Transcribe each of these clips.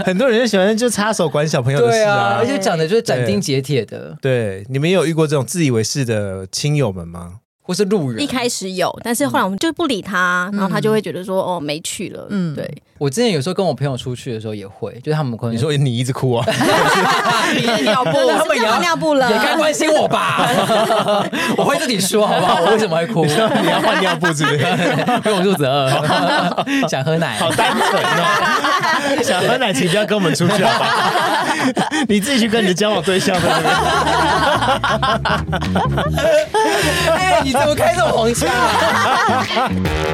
很多人就喜欢就插手管小朋友的事啊， 而且长得就是斩钉截铁的。 对，你们也有遇过这种自以为是的亲友们吗？ 或是路人？ 一开始有，但是后来我们就不理他，然后他就会觉得说哦没去了。对， 我之前有时候跟我朋友出去的时候也会，就是他们可能你说你一直哭啊， 你的尿布，他们也要尿布了， 也该关心我吧。我会自己说好不好？我为什么会哭？ 你要换尿布是不是？ 因为我肚子饿，想喝奶。 好单纯哦，想喝奶请不要跟我们出去好吧？你自己去跟你的交往对象在那边。 哎，你怎么开这种黄腔啊？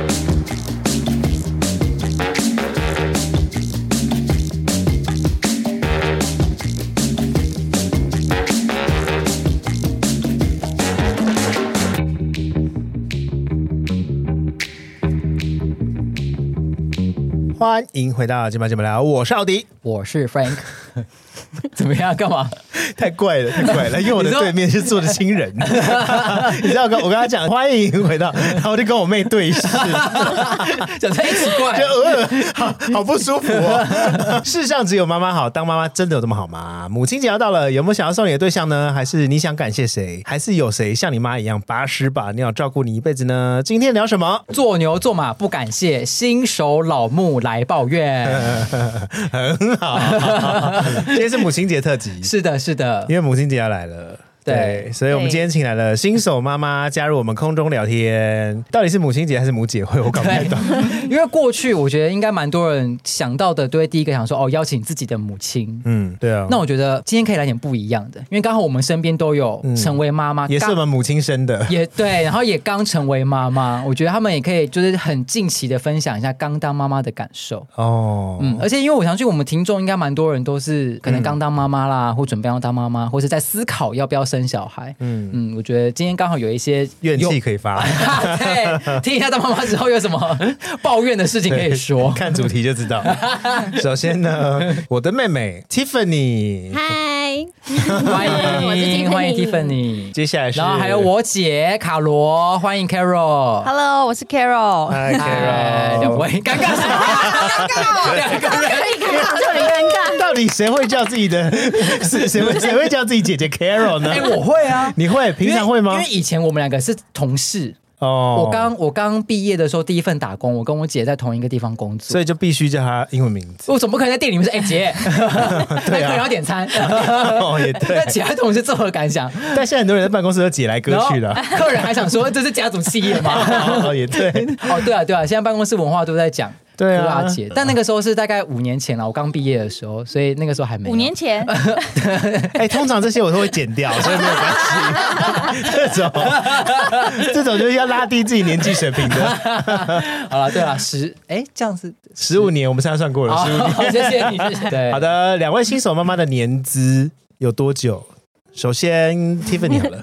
欢迎回到今晚节目来，我是奥迪， 我是 Frank。怎么样？干嘛？ 太怪了，太怪了！因为我的对面是坐的亲人，你知道我跟他讲欢迎回到，然后我就跟我妹对视， 讲太奇怪， 就好不舒服哦。世上只有妈妈好，当妈妈真的有这么好吗？母亲节要到了，有没有想要送你的对象呢？还是你想感谢谁？还是有谁像你妈一样把屎把尿照顾你一辈子呢？今天聊什么？ 做牛做马不感谢，新手老木来抱怨。 很好，今天是母亲节特辑， 是的，是的， 因为母亲节要来了。对，所以我们今天请来了新手妈妈加入我们空中聊天。到底是母亲节还是母姐会？我搞不太懂。 因为过去我觉得应该蛮多人想到的，都会第一个想说哦，邀请自己的母亲。 对啊。 那我觉得今天可以来点不一样的，因为刚好我们身边都有成为妈妈， 也是我们母亲生的， 也对，然后也刚成为妈妈，我觉得他们也可以就是很近期的分享一下刚当妈妈的感受。 哦， 而且因为我相信我们听众应该蛮多人都是可能刚当妈妈啦，或准备要当妈妈，或是在思考要不要生小孩。我觉得今天刚好有一些怨气可以发。 对，听一下当妈妈之后有什么抱怨的事情可以说， 看主题就知道。首先呢，我的妹妹 Tiffany， 嗨， 欢迎 Tiffany。 接下来是， 然后还有我姐卡罗，欢迎 Carol。Hello， 我是 Carol。 嗨 Carol， 两位尴尬什么？ 尴尬，两个人一开场就很尴尬。 到底谁会叫自己的？谁会叫自己姐姐 Carol 呢？ 我会啊， 你会？平常会吗？ 因为以前我们两个是同事。 哦， 我刚毕业的时候，第一份打工，我跟我姐在同一个地方工作， 所以就必须叫她英文名字。 我总不可能在店里面说“姐”，对啊，客人要点餐。 哦，也对。 那其他同事作何感想？ 但现在很多人在办公室都姐来哥去了， 客人还想说这是家族企业吗？ 哦，也对。 哦，对啊，对啊，现在办公室文化都在讲。 对啊， 姐，但那个时候是大概5年前了，我刚毕业的时候，所以那个时候还没有。 5年前， 通常这些我都会剪掉，所以没有关系。这种就是要拉低自己年纪水平的。 好了，对了，这样是 15年，我们现在算过了15年。 谢谢你，谢谢。对， 好的，两位新手妈妈的年资有多久？首先 Tiffany 好了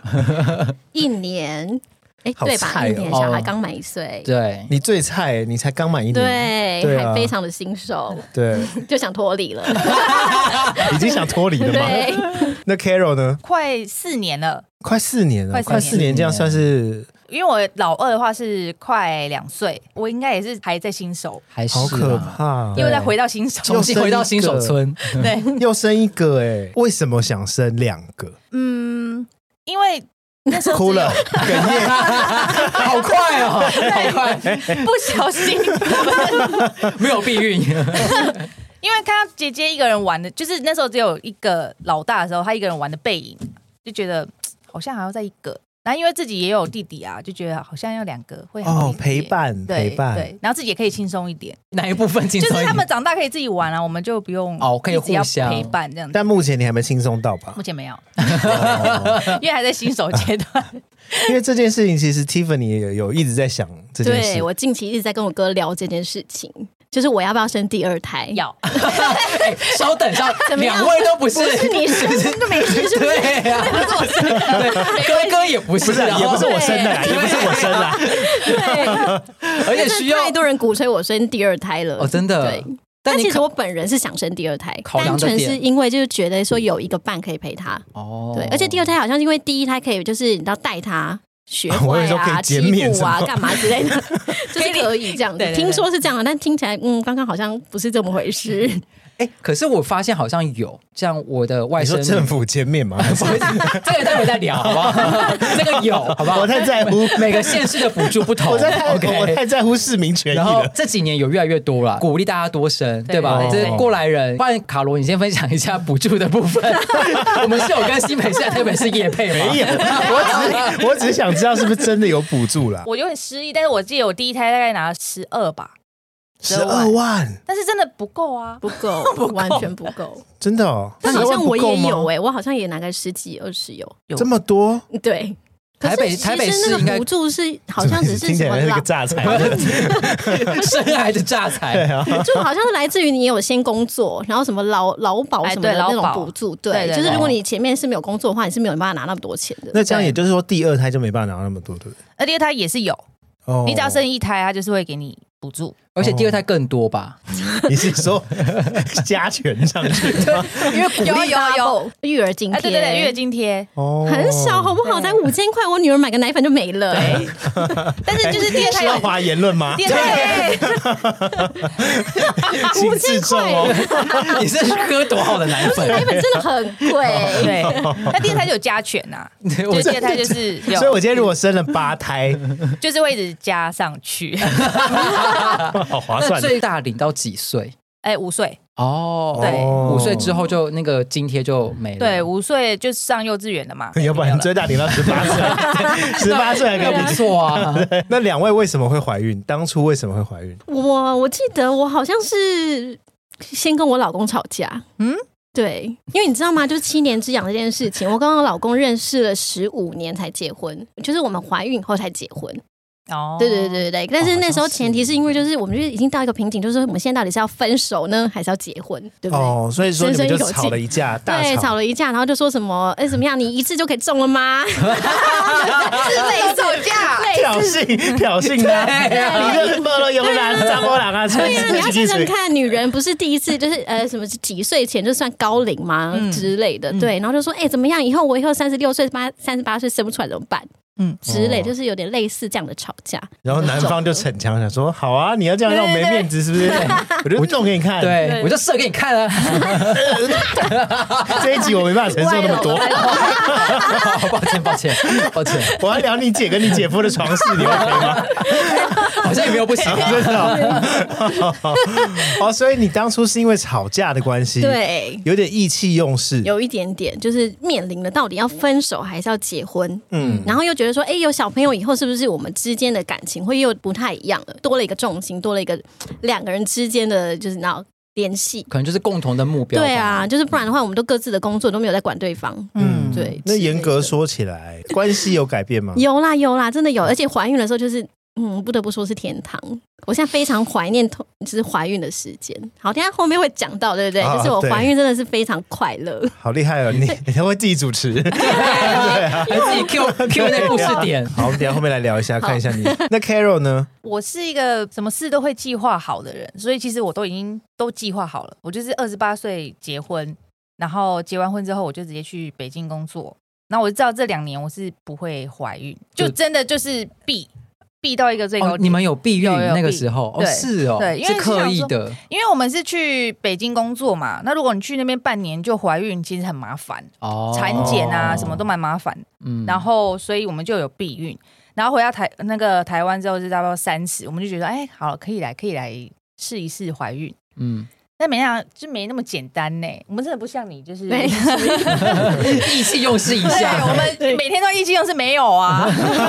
，1年。对吧？1年小孩刚满1岁， 对， 你最菜，你才刚满1年， 对，还非常的新手， 对， 就想脱离了， 已经想脱离了吗？ 对。 那 Carol 呢？ 快4年了， 快4年了，快4年，这样算是。 因为我老二的话是快2岁，我应该也是还在新手， 还是好可怕， 又再回到新手， 重新回到新手村， 对， 又生一个为什么想生2个？ 因为。那时候哭了，哽咽， 好快哦，好快， 不小心没有避孕。 因为看到姐姐一个人玩的，就是那时候只有一个老大的时候，她一个人玩的背影，就觉得好像还要再一个。然后因为自己也有弟弟啊，就觉得好像要2个会好一点， 陪伴， 对，然后自己也可以轻松一点。 哪一部分轻松一点？ 就是他们长大可以自己玩啊，我们就不用可以互相陪伴这样子。 但目前你还没轻松到吧？ 目前没有，因为还在新手阶段。 因为这件事情，其实 Tiffany 有一直在想这件事。 对，我近期一直在跟我哥聊这件事情。就是我要不要生第2胎？ 要。 稍等，两位都不是， 不是你生都没事，是不是？ 对呀，不是我生的，哥也不是， 也不是我生的，也不是我生的。 对， 而且需要太多人鼓吹我生第2胎了。 哦，真的。 对。但其实我本人是想生第2胎，单纯是因为就是觉得说有一个伴可以陪他。哦。对，而且第2胎好像因为第1胎可以就是你知道带他。学坏啊、欺负啊、干嘛之类的，就是可以这样子。听说是这样的，但听起来刚刚好像不是这么回事。 可是我发现好像有，像我的外甥， 你说政府减免吗？ 这个待会再聊，好不好？这个有，好不好？ 我太在乎每个县市的补助不同， 我太在乎市民权益了。 然后这几年有越来越多了，鼓励大家多生，对吧？这是过来人。不然卡罗，你先分享一下补助的部分。我们是有跟新北市、台北市业配吗？ 没有，我只是想知道是不是真的有补助啦。 我有点失忆，但是我记得我第一胎大概拿了12吧。 12万， 但是真的不够啊， 不够，完全不够， 真的哦。 但好像我也有我好像也拿个10几20有这么多， 对。 台北市那个补助是好像只是听起来那个榨菜， 生孩子榨菜， 就好像是来自于你有先工作，然后什么劳保什么的那种补助，对，就是如果你前面是没有工作的话，你是没有办法拿那么多钱的。 那这样也就是说，第2胎就没办法拿那么多，对不对？ 第2胎也是有，你只要生1胎，他就是会给你补助。 而且第2胎更多吧？ 你是说加权上去？ 因为鼓励有育儿津贴， 对，育儿津贴很少，好不好？才5000块，我女儿买个奶粉就没了。 但是就是第2胎需要发言论吗？ 第2胎 5000块哦，你是喝多好的奶粉？ 奶粉真的很贵。 对，那第2胎就有加权呐，就第2胎就是有。 所以我今天如果生了8胎， 就是会一直加上去。 好划算。 那最大领到几岁 ？5岁哦， 对 ，5岁之后就那个津贴就没了。 对，5岁就上幼稚园了嘛。 要不然最大领到18岁，18岁还可以不错啊。 那2位为什么会怀孕？当初为什么会怀孕？ 我记得我好像是先跟我老公吵架，对，因为你知道吗？就是7年之痒这件事情，我跟我老公认识了15年才结婚，就是我们怀孕后才结婚。对，但是那时候前提是因为就是我们就已经到一个瓶颈，就是我们现在到底是要分手呢，还是要结婚，对不对？ 所以说你们就吵了一架， 对，吵了一架，然后就说什么，怎么样？你一次就可以中了吗？是类吵架， 挑衅的，你这么了有难张波郎啊？ 对呀，你要想想看，女人不是第一次就是什么几岁前就算高龄吗之类的？对，然后就说怎么样？我以后36岁、38岁生不出来怎么办？之类，就是有点类似这样的吵架， 然后男方就逞强想说：“好啊，你要这样让我没面子，是不是？我就弄给你看， 对我就射给你看啊！ 这一集我没办法承受那么多， 抱歉， 我要聊你姐跟你姐夫的床事，你 OK 吗？ 好像也没有不行， 真的。所以你当初是因为吵架的关系， 对， 有点意气用事， 有一点点，就是面临了到底要分手还是要结婚，然后又觉得说，有小朋友以后是不是我们之间的感情会又不太一样了？多了一个重心，多了一个2个人之间的就是联系， 可能就是共同的目标。 对啊，就是不然的话，我们都各自的工作都没有在管对方。对。 那严格说起来，关系有改变吗？ 有啦，真的有，而且怀孕的时候就是。不得不说是天堂。我现在非常怀念就是怀孕的时间。好，等一下后面会讲到，对不对？就是我怀孕真的是非常快乐。 好厉害哦！你还会自己主持，对啊，还自己 Q 那故事点。 好，我们等一下后面来聊一下，看一下你。那 Carol 呢？ 我是一个什么事都会计划好的人，所以其实我都已经计划好了。我就是28岁结婚，然后结完婚之后我就直接去北京工作。然后我就知道这2年我是不会怀孕，就真的就是避到一个最高点。 你们有避孕那个时候？ 对， 是哦， 对，因为是刻意的。 因为我们是去北京工作嘛，那如果你去那边半年就怀孕，其实很麻烦产检啊什么都蛮麻烦。然后所以我们就有避孕，然后回到台湾之后是差不多30，我们就觉得好了，可以来试一试怀孕。但没想到就没那么简单呢。我们真的不像你，就是意气用事一下。 我们每天都意气用事，没有啊。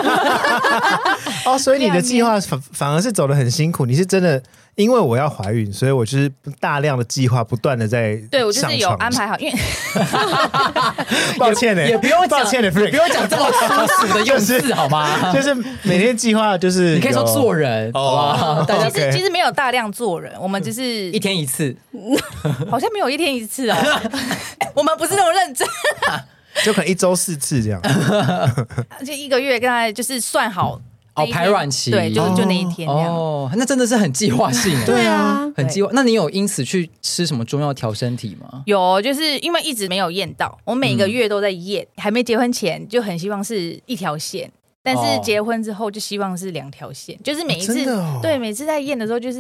所以你的计划反而是走得很辛苦。你是真的因为我要怀孕，所以我就是大量的计划，不断的在对我就是有安排好，因为抱歉也不用抱歉的，不用讲这么粗俗的用字好吗？ 就是每天计划就是你可以说做人，好吧？ 其实没有大量做人，我们只是 1天1次。 好像没有1天1次哦，我们不是那么认真， 就可能1周4次这样， 而且1个月跟他就是算好排卵期， 对，就那一天这样。 那真的是很计划性。 对啊， 很计划。那你有因此去吃什么中药调身体吗？ 有，就是因为一直没有验到，我每个月都在验，还没结婚前就很希望是1条线。但是结婚之后就希望是2条线，就是每一次、对每次在验的时候就是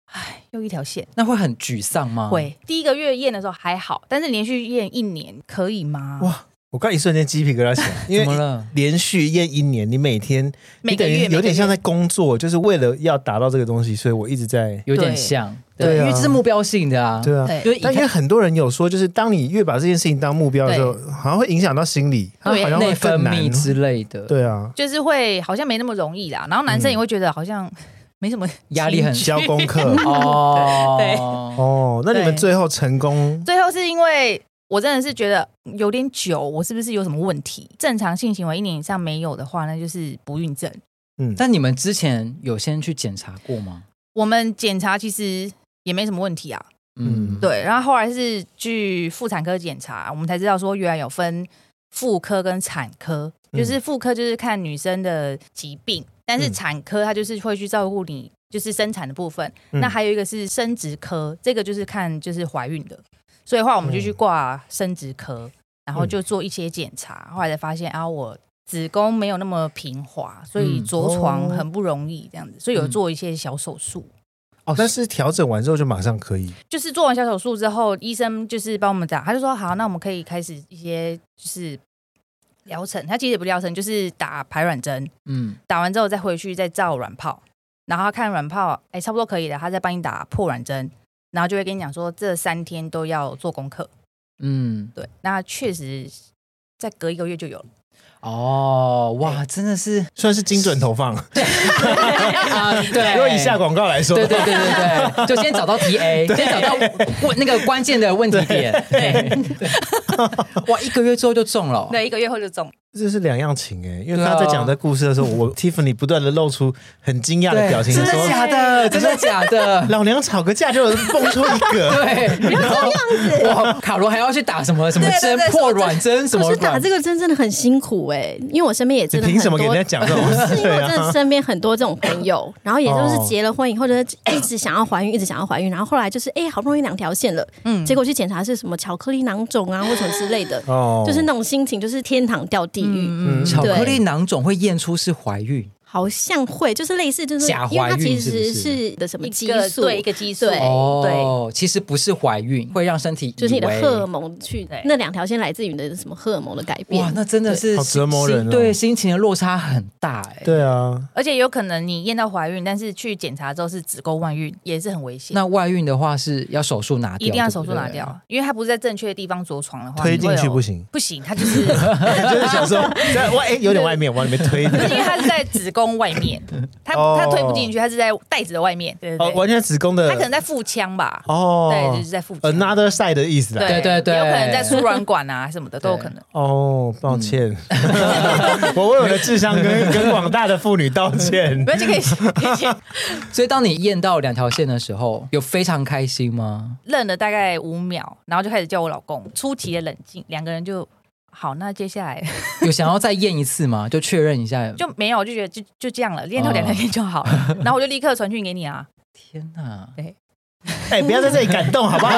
唉，又一条线， 那会很沮丧吗？ 会。第一个月验的时候还好，但是连续验1年可以吗？ 哇！我刚一瞬间鸡皮疙瘩起来，因为连续验1年，你每天每个月有点像在工作，就是为了要达到这个东西，所以我一直在有点像， 对， 因为这是目标性的啊， 对啊。但因为很多人有说，就是当你越把这件事情当目标的时候，好像会影响到心理，好像内分泌之类的， 对啊， 就是会好像没那么容易啦。然后男生也会觉得好像没什么压力，很交功课哦， 对哦，那你们最后成功？ 最后是因为。我真的是觉得有点久，我是不是有什么问题？正常性行为1年以上没有的话，那就是不孕症。 但你们之前有先去检查过吗？ 我们检查其实也没什么问题啊。对。然后后来是去妇产科检查，我们才知道说原来有分妇科跟产科，就是妇科就是看女生的疾病，但是产科它就是会去照顾你就是生产的部分。那还有一个是生殖科，这个就是看就是怀孕的。所以的话，我们就去挂生殖科，然后就做一些检查，后来才发现我子宫没有那么平滑，所以着床很不容易这样子，所以有做一些小手术。 但是调整完之后就马上可以， 就是做完小手术之后，医生就是帮我们讲，他就说好，那我们可以开始一些就是疗程。他其实也不疗程，就是打排卵针，打完之后再回去再照卵泡，然后看卵泡，差不多可以了，他再帮你打破卵针。然后就会跟你讲说，这3天都要做功课。对，那确实再隔1个月就有了。 哦，哇，真的是算是精准投放。 对对， 如果以下广告来说， 对，就先找到 TA， 先找到那个关键的问题点。哇，1个月之后就中了。 对，1个月后就中。 这是2样情因为他在讲这故事的时候，我 Tiffany 不断的露出很惊讶的表情， 真的假的？真的假的？ 老娘吵个架就蹦出一个， 对， 不要这样子。 哇，卡罗还要去打什么针，破卵针什么？ 可是打这个针真的很辛苦因为我身边也真的很多。 你凭什么给人家讲这种事？ 是因为我真的身边很多这种朋友，然后也就是结了婚以后，就是一直想要怀孕，一直想要怀孕，然后后来就是好不容易2条线了，结果去检查是什么巧克力囊肿啊或什么之类的，就是那种心情就是天堂掉地狱。 巧克力囊肿会验出是怀孕。 好像会，就是类似，就是假怀孕， 因为它其实是的什么激素， 对，一个激素， 对， 其实不是怀孕，会让身体就是你的荷尔蒙去那2条线来自于你的什么荷尔蒙的改变。 哇，那真的是好折磨人对，心情的落差很大对啊， 而且有可能你验到怀孕，但是去检查之后是子宫外孕，也是很危险。 那外孕的话是要手术拿掉， 一定要手术拿掉，因为它不是在正确的地方着床的话， 推进去不行， 不行，它就是就是想说有点外面往里面推， 因为它是在子宫外面。它推不进去，它是在袋子的外面，对， 完全子宫的， 它可能在腹腔吧，对，就是在腹腔 ，another side 的意思啦， 对， 有可能在输卵管啊什么的都有可能。 抱歉，我为我的智商跟广大的妇女道歉。 没关系，可以。 所以当你验到2条线的时候，有非常开心吗？ 愣了大概5秒，然后就开始叫我老公，出奇的冷静，2个人就。好，那接下来有想要再验一次吗？就确认一下， 就没有，就觉得就这样了，验到2条线就好了。然后我就立刻传讯给你啊！ 天哪， 对， 不要在这里感动好不好？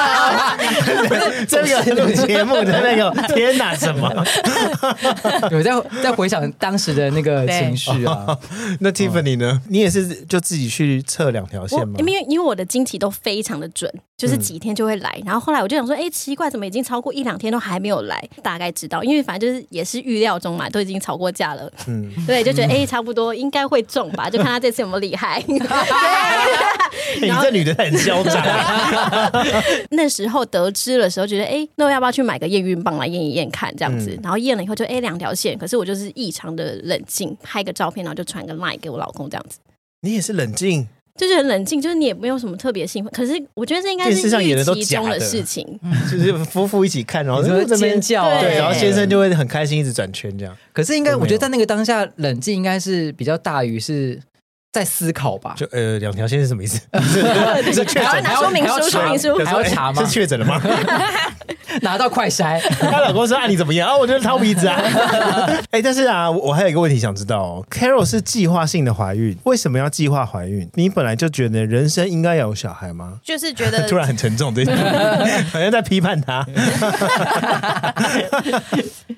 这个录节目的那个天哪，什么？ 有在回想当时的那个情绪啊。 那 Tiffany 呢？你也是就自己去测2条线吗？ 因为我的经期都非常的准，就是几天就会来。然后后来我就想说，奇怪，怎么已经超过1-2天都还没有来？大概知道，因为反正就是也是预料中嘛，都已经吵过架了。对，就觉得差不多应该会中吧，就看他这次有没有厉害。 你这女的很嚣张。 那时候得知的时候，觉得那我要不要去买个验孕棒来验一验看这样子？然后验了以后就2条线，可是我就是异常的冷静，拍个照片，然后就传个 LINE 给我老公这样子。 你也是冷静？ 就是很冷静，就是你也没有什么特别兴奋，可是我觉得这应该是预期中的事情， 就是夫妇一起看，然后就尖叫， 对，然后先生就会很开心，一直转圈这样。 可是应该，我觉得在那个当下，冷静应该是比较大于是在思考吧。 就2条线是什么意思？ 是确诊？拿说明书， 还要查吗？ 是确诊了吗？ 拿到快筛， 她老公说你怎么样？我觉得掏鼻子啊。但是啊，我还有一个问题想知道Carol 是计划性的怀孕，为什么要计划怀孕？你本来就觉得人生应该要有小孩吗？ 就是觉得突然很沉重，这好像在批判他。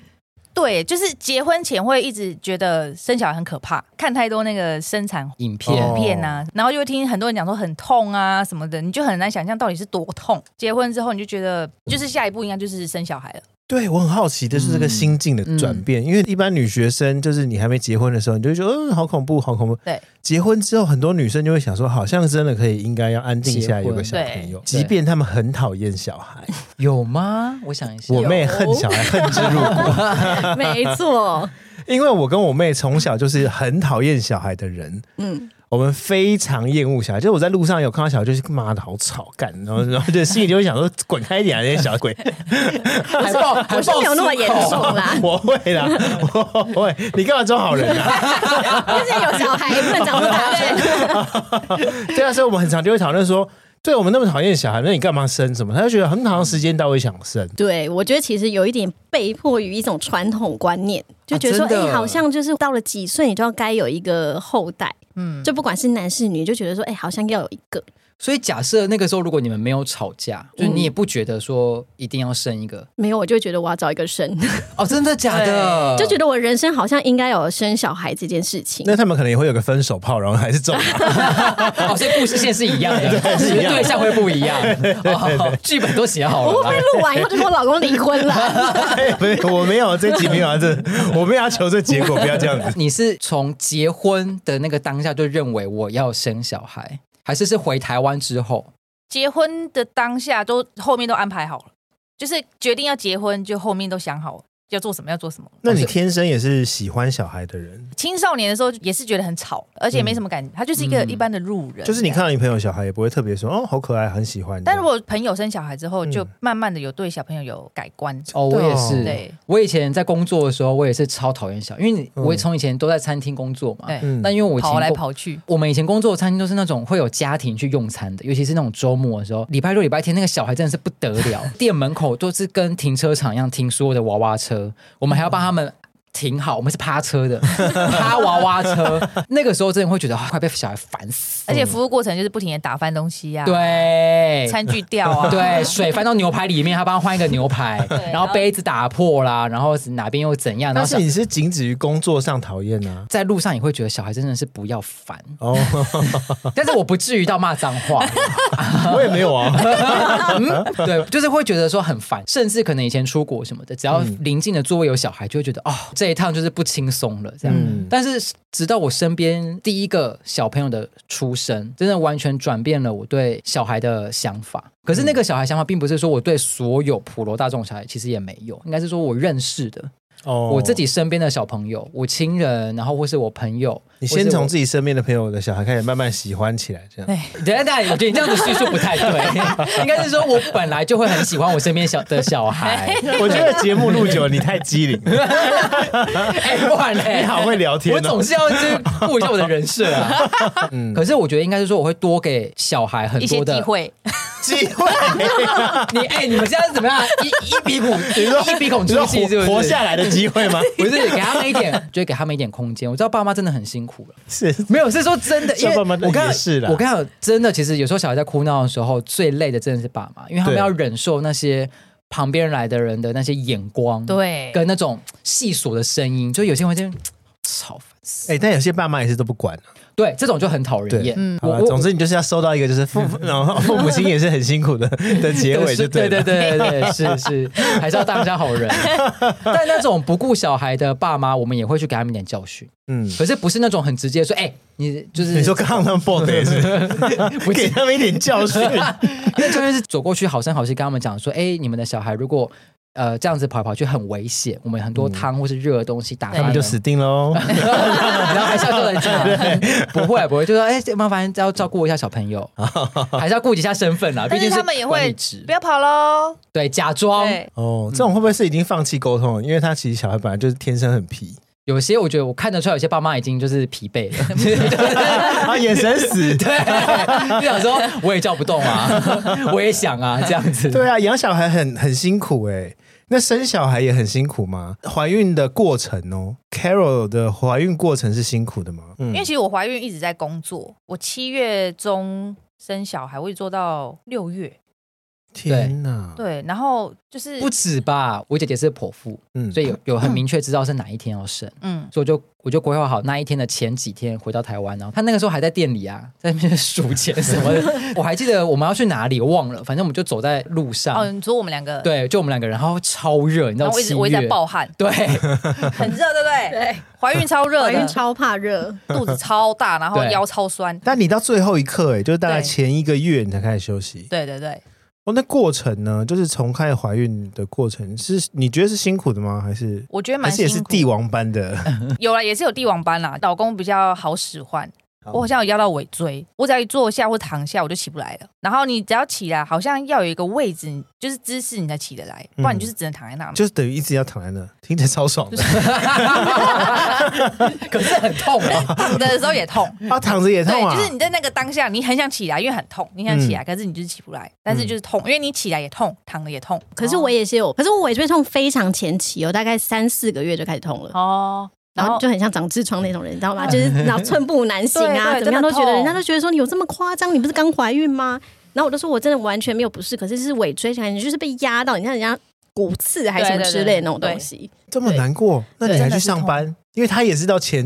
对，就是结婚前会一直觉得生小孩很可怕，看太多那个生产影片啊，然后就会听很多人讲说很痛啊什么的，你就很难想象到底是多痛。结婚之后你就觉得，就是下一步应该就是生小孩了。 对，我很好奇的是这个心境的转变，因为一般女学生就是你还没结婚的时候，你就会觉得好恐怖，好恐怖。 对， 结婚之后，很多女生就会想说，好像真的可以，应该要安定下来，有个小朋友，即便他们很讨厌小孩。 有吗？我想一下， 我妹恨小孩，恨之入骨。 没错， 因为我跟我妹从小就是很讨厌小孩的人。我们非常厌恶小孩，就是我在路上有看到小孩，就是妈的好吵干，然后就心里就会想说滚开一点啊，这些小鬼。 我是没有那么严重啦。 我会啦，我会。你干嘛装好人啊？ 就是有小孩不能讲不大声。 对啊，所以我们很常就会讨论说，对我们那么讨厌小孩，那你干嘛生什么？他就觉得很长时间到会想生。 对，我觉得其实有一点被迫于一种传统观念，就觉得说，好像就是到了几岁你就要该有一个后代。就不管是男是女，就觉得说，好像要有一个。 所以假设那个时候如果你们没有吵架，就你也不觉得说一定要生一个？ 没有，我就觉得我要找一个生。 哦，真的假的？ 就觉得我人生好像应该有生小孩这件事情。 那他们可能也会有个分手炮，然后还是中了。 所以故事线是一样的，只是对象会不一样。剧本都写好了。 我会不会录完以后就说我老公离婚了？ 不是，我没有，这集没有啊，我没有要求这结果，不要这样子。 你是从结婚的那个当下就认为我要生小孩？还是回台湾之后？ 结婚的当下都后面都安排好了，就是决定要结婚就后面都想好了要做什么要做什么。 那你天生也是喜欢小孩的人？ 青少年的时候也是觉得很吵，而且没什么感觉，他就是一个一般的路人。 就是你看到你朋友小孩也不会特别说哦好可爱很喜欢。 但如果朋友生小孩之后，就慢慢的有对小朋友有改观。 我也是。 对， 我以前在工作的时候，我也是超讨厌小孩，因为我从以前都在餐厅工作嘛。那因为我跑来跑去， 我们以前工作的餐厅都是那种会有家庭去用餐的，尤其是那种周末的时候，礼拜六礼拜天那个小孩真的是不得了，店门口都是跟停车场一样停所有的娃娃车，我们还要帮他们停好，我们是趴车的，趴娃娃车。那个时候真的会觉得快被小孩烦死， 而且服务过程就是不停的打翻东西啊， 对， 餐具掉啊， 对，水翻到牛排里面，他帮他换一个牛排，然后杯子打破啦，然后哪边又怎样？ 但是你是仅止于工作上讨厌啊， 在路上也会觉得小孩真的是不要烦哦，但是我不至于到骂脏话， 我也没有啊， 对，就是会觉得说很烦，甚至可能以前出国什么的，只要临近的座位有小孩，就会觉得哦。这一趟就是不轻松了，这样。但是直到我身边第一个小朋友的出生，真的完全转变了我对小孩的想法。可是那个小孩想法，并不是说我对所有普罗大众小孩其实也没有，应该是说我认识的。我自己身边的小朋友，我亲人，然后或是我朋友， 你先从自己身边的朋友的小孩开始慢慢喜欢起来，这样。 等一下，我觉得你这样子叙述不太对，应该是说我本来就会很喜欢我身边的小孩。 我觉得节目录久了，你太机灵。 不然嘞， 你好会聊天， 我总是要顾一下我的人设啊。可是我觉得应该是说，我会多给小孩很多的机会。 你们现在是怎么样？一鼻孔出气，是不是活下来的机会吗？ 不是，给他们一点，就给他们一点空间。我知道爸妈真的很辛苦了， 是没有是说真的，因为我刚刚真的，其实有时候小孩在哭闹的时候，最累的真的是爸妈，因为他们要忍受那些旁边来的人的那些眼光， 对， 跟那种细琐的声音，就有些人会这样吵烦死。 但有些爸妈也是都不管对，这种就很讨人厌。 总之你就是要收到一个就是然后父母亲也是很辛苦的结尾就对了。 对，是，还是要当家好人。但那种不顾小孩的爸妈，我们也会去给他们一点教训。可是不是那种很直接说，你就是你说刚刚他们报的也是，不给他们一点教训。 因为就是走过去好声好气跟他们讲说，你们的小孩如果这样子跑来跑去很危险，我们很多汤或是热的东西打开， 他们就死定喽。 然后还是要做人家，不会，就说麻烦要照顾一下小朋友，还是要顾及一下身份啦。 但是他们也会不要跑喽， 对，假装。 这种会不会是已经放弃沟通了？因为他其实小孩本来就是天生很皮。 有些我觉得我看得出来，有些爸妈已经就是疲惫了， 眼神死， 对，就想说我也叫不动啊，我也想啊，这样子。 对啊，养小孩很辛苦那生小孩也很辛苦吗？怀孕的过程Carol 的怀孕过程是辛苦的吗？ 因为其实我怀孕一直在工作，我7月中生小孩，我一直做到6月。 天哪！ 对，然后就是不止吧，我姐姐是剖腹，所以有很明确知道是哪一天要生，所以我就规划好那一天的前几天回到台湾，然后他那个时候还在店里啊，在那边数钱什么的。我还记得我们要去哪里，我忘了，反正我们就走在路上。 哦，你说我们2个？ 对，就我们2个人，然后超热，你知道7月， 我一直在暴汗， 对， 很热，对不对？对，怀孕超热， 怀孕超怕热， 肚子超大，然后腰超酸。 但你到最后一刻，就是大概前1个月你才开始休息。 对对对。 那过程呢？就是从开始怀孕的过程，是你觉得是辛苦的吗？还是我觉得蛮辛苦， 还是也是帝王般的？ 有啦，也是有帝王般啦。老公比较好使唤，我好像有腰到尾椎，我只要一坐下或躺下，我就起不来了。然后你只要起来，好像要有一个位置，就是姿势你才起得来，不然你就是只能躺在那。 就是等于一直要躺在那，听起来超爽的。 可是很痛啊， 躺着的时候也痛啊，躺着也痛啊。 就是你在那个当下，你很想起来，因为很痛，你想起来，可是你就是起不来。但是就是痛，因为你起来也痛，躺了也痛。 可是我也是有，可是我尾椎痛非常前期大概3-4个月就开始痛了哦。然后就很像长痔疮那种人，你知道吗？就是然后寸步难行啊，怎么样都觉得人家都觉得说你有这么夸张，你不是刚怀孕吗？然后我就说我真的完全没有不适，可是是尾椎感觉就是被压到，你像人家骨刺还是什么之类的那种东西， 这么难过，那你还去上班？因为他也是到前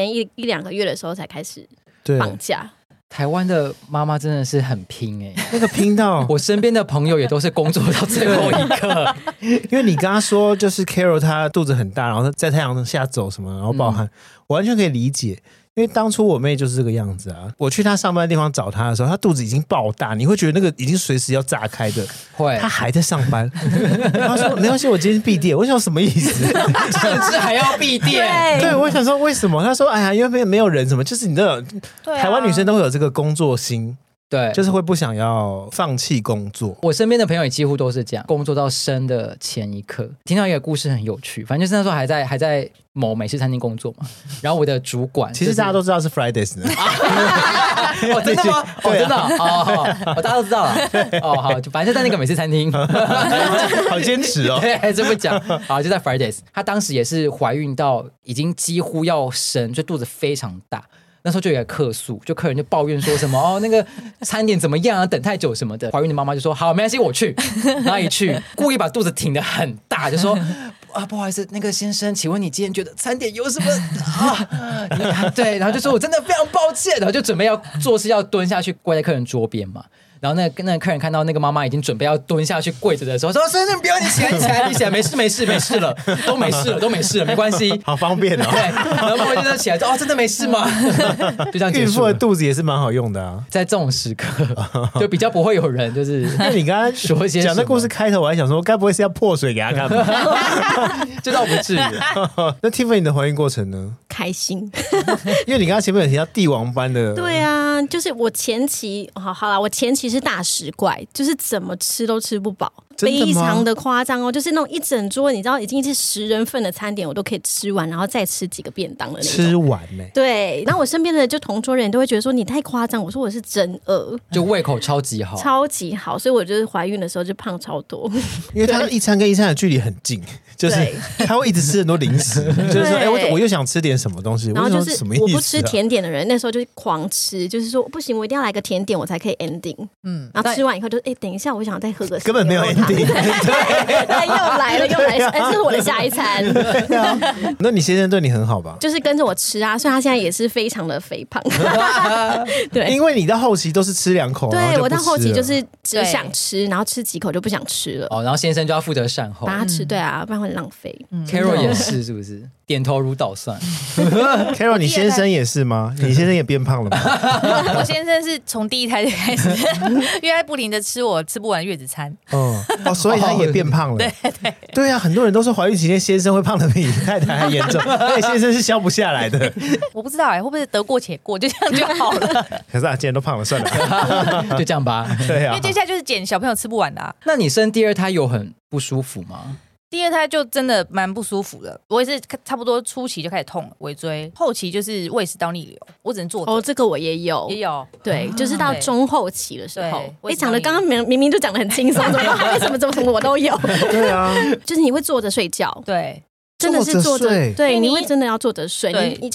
1-2个月的时候才开始放假。 台湾的妈妈真的是很拼那个拼到我身边的朋友也都是工作到最后一刻。 因为你刚刚说就是 Carol 她肚子很大，然后在太阳下走什么，然后暴汗，我完全可以理解。因为当初我妹就是这个样子啊，我去她上班的地方找她的时候，她肚子已经爆大，你会觉得那个已经随时要炸开的， 会， 她还在上班。她说没关系，我今天闭店。我想什么意思？ 甚至还要闭店？ 对，我想说为什么？她说哎呀，因为没有人什么，就是你知道，台湾女生都会有这个工作心。 对， 就是会不想要放弃工作。 我身边的朋友也几乎都是这样，工作到生的前一刻。听到一个故事很有趣，反正就是那时候还在某美式餐厅工作嘛。然后我的主管， 其实大家都知道是 Fridays 的。 真的吗？真的大家都知道了。好，反正就在那个美式餐厅。 好坚持哦。 对，这么讲。好，就在 Fridays。她当时也是怀孕到已经几乎要生，就肚子非常大。那时候就有客诉，就客人就抱怨说什么那个餐点怎么样啊，等太久什么的。怀孕的妈妈就说好，没关系，我去。然后一去，故意把肚子挺得很大，就说不好意思，那个先生，请问你今天觉得餐点有什么对，然后就说我真的非常抱歉，然后就准备要做事，要蹲下去跪在客人桌边嘛。然后那个客人看到那个妈妈已经准备要蹲下去跪着的时候，说：“先生，不要，你起来，没事了，都没事了，没关系， 好方便哦。” 对，然后妈妈就起来说：“真的没事吗？”就这样结束。 孕妇的肚子也是蛮好用的啊， 在这种时刻就比较不会有人就是。 那你刚刚说一些讲的故事开头，我还想说，该不会是要破水给他看吧？ 这倒不至于。 那 Tiffany 的怀孕过程呢？ 开心， 因为你刚刚前面有提到帝王般的。 对啊，就是我前期好啦，我前期是大食怪，就是怎么吃都吃不饱，非常的夸张哦，就是那种一整桌，你知道已经是10人份的餐点，我都可以吃完，然后再吃几个便当的那种。 吃完呢？ 对，然后我身边的就同桌人都会觉得说你太夸张，我说我是真饿， 就胃口超级好， 超级好，所以我就是怀孕的时候就胖超多， 因为他一餐跟一餐的距离很近，就是他会一直吃很多零食，就是说我又想吃点什么东西， 然后就是什么意思啊？ 我不吃甜点的人，那时候就狂吃，就是说不行，我一定要来个甜点，我才可以 ending。然后吃完以后就等一下，我想再喝个， 根本没有 ending。 对，又来了，这是我的下一餐。 那你先生对你很好吧？ 就是跟着我吃啊，所以他现在也是非常的肥胖。对， 因为你到后期都是吃2口， 对我到后期就是只想吃，然后吃几口就不想吃了。 然后先生就要负责善后， 把它吃，对啊，不然会浪费。 Carol 也是，是不是？点头如捣蒜。 Carol， 你先生也是吗？你先生也变胖了吗？ 我先生是从第1胎就开始，因为他不停的吃我吃不完月子餐。 所以他也变胖了。对啊，很多人都说怀孕期间先生会胖得比太太还严重，而且先生是消不下来的。 我不知道会不会得过且过，就这样就好了。 可是既然都胖了，算了， 就这样吧。 对啊， 因为接下来就是减小朋友吃不完的啊。 那你生第2胎有很不舒服吗？ 第2胎就真的蛮不舒服的，我也是差不多初期就开始痛尾椎，后期就是胃食道逆流，我只能坐着。 这个我也有，对，就是到中后期的时候。讲的刚刚明明就讲的很轻松，怎么什么我都有。 对啊， 就是你会坐着睡觉， 对， 真的是坐着，对， 你会真的要坐着睡，你就是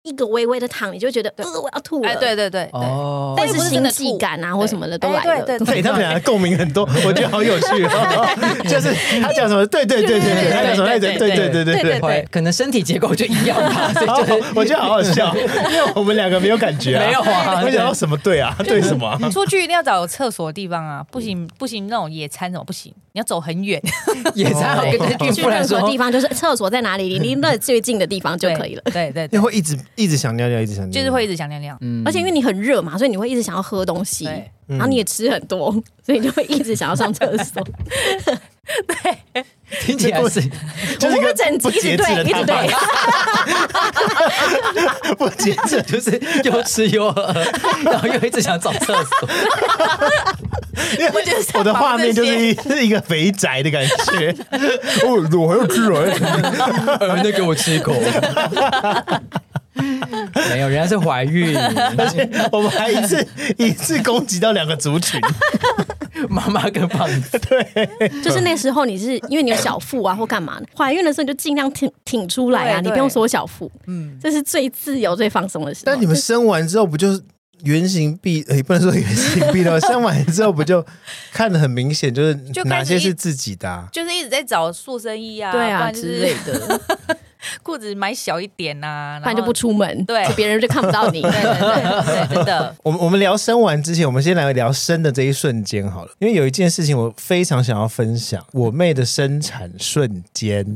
一个微微的烫，你就觉得我要吐了。 对对对哦，但是心悸感啊或什么的都来了。 对，他们俩的共鸣很多，我觉得好有趣。就是他讲什么，对，他讲什么，对， 可能身体结构就一样吧。 我觉得好好笑，因为我们两个没有感觉， 没有啊， 我想到什么对啊，对什么？ 你出去一定要找有厕所的地方啊，不行那种野餐怎么不行？你要走很远， 野餐好跟去任何地方就是厕所在哪里，离那最近的地方就可以了。 对， 因为会一直想尿尿， 就是会一直想尿尿。 而且因为你很热嘛，所以你会一直想要喝东西，然后你也吃很多，所以你就会一直想要上厕所。 对， 听起来是就是一个不节制的，一直对， 不节制就是又吃又饿，然后又一直想找厕所。 我的画面就是一个肥宅的感觉。我还要吃那给我吃一口。没有，人家是怀孕， 而且我们还一次攻击到2个族群， 妈妈跟胖子。 对， 就是那时候你是因为你有小腹啊或干嘛，怀孕的时候你就尽量挺出来啊，你不用缩小腹，这是最自由最放松的时候。 但你们生完之后不就是原形毕，不能说原形毕露，生完之后不就看得很明显，就是哪些是自己的啊， 就是一直在找塑身衣啊， 对啊之类的。 裤子买小一点啊， 不然就不出门， 对， 别人就看不到你。 对，真的。 我们聊生完之前，我们先来聊生的这一瞬间好了，因为有一件事情我非常想要分享，我妹的生产瞬间，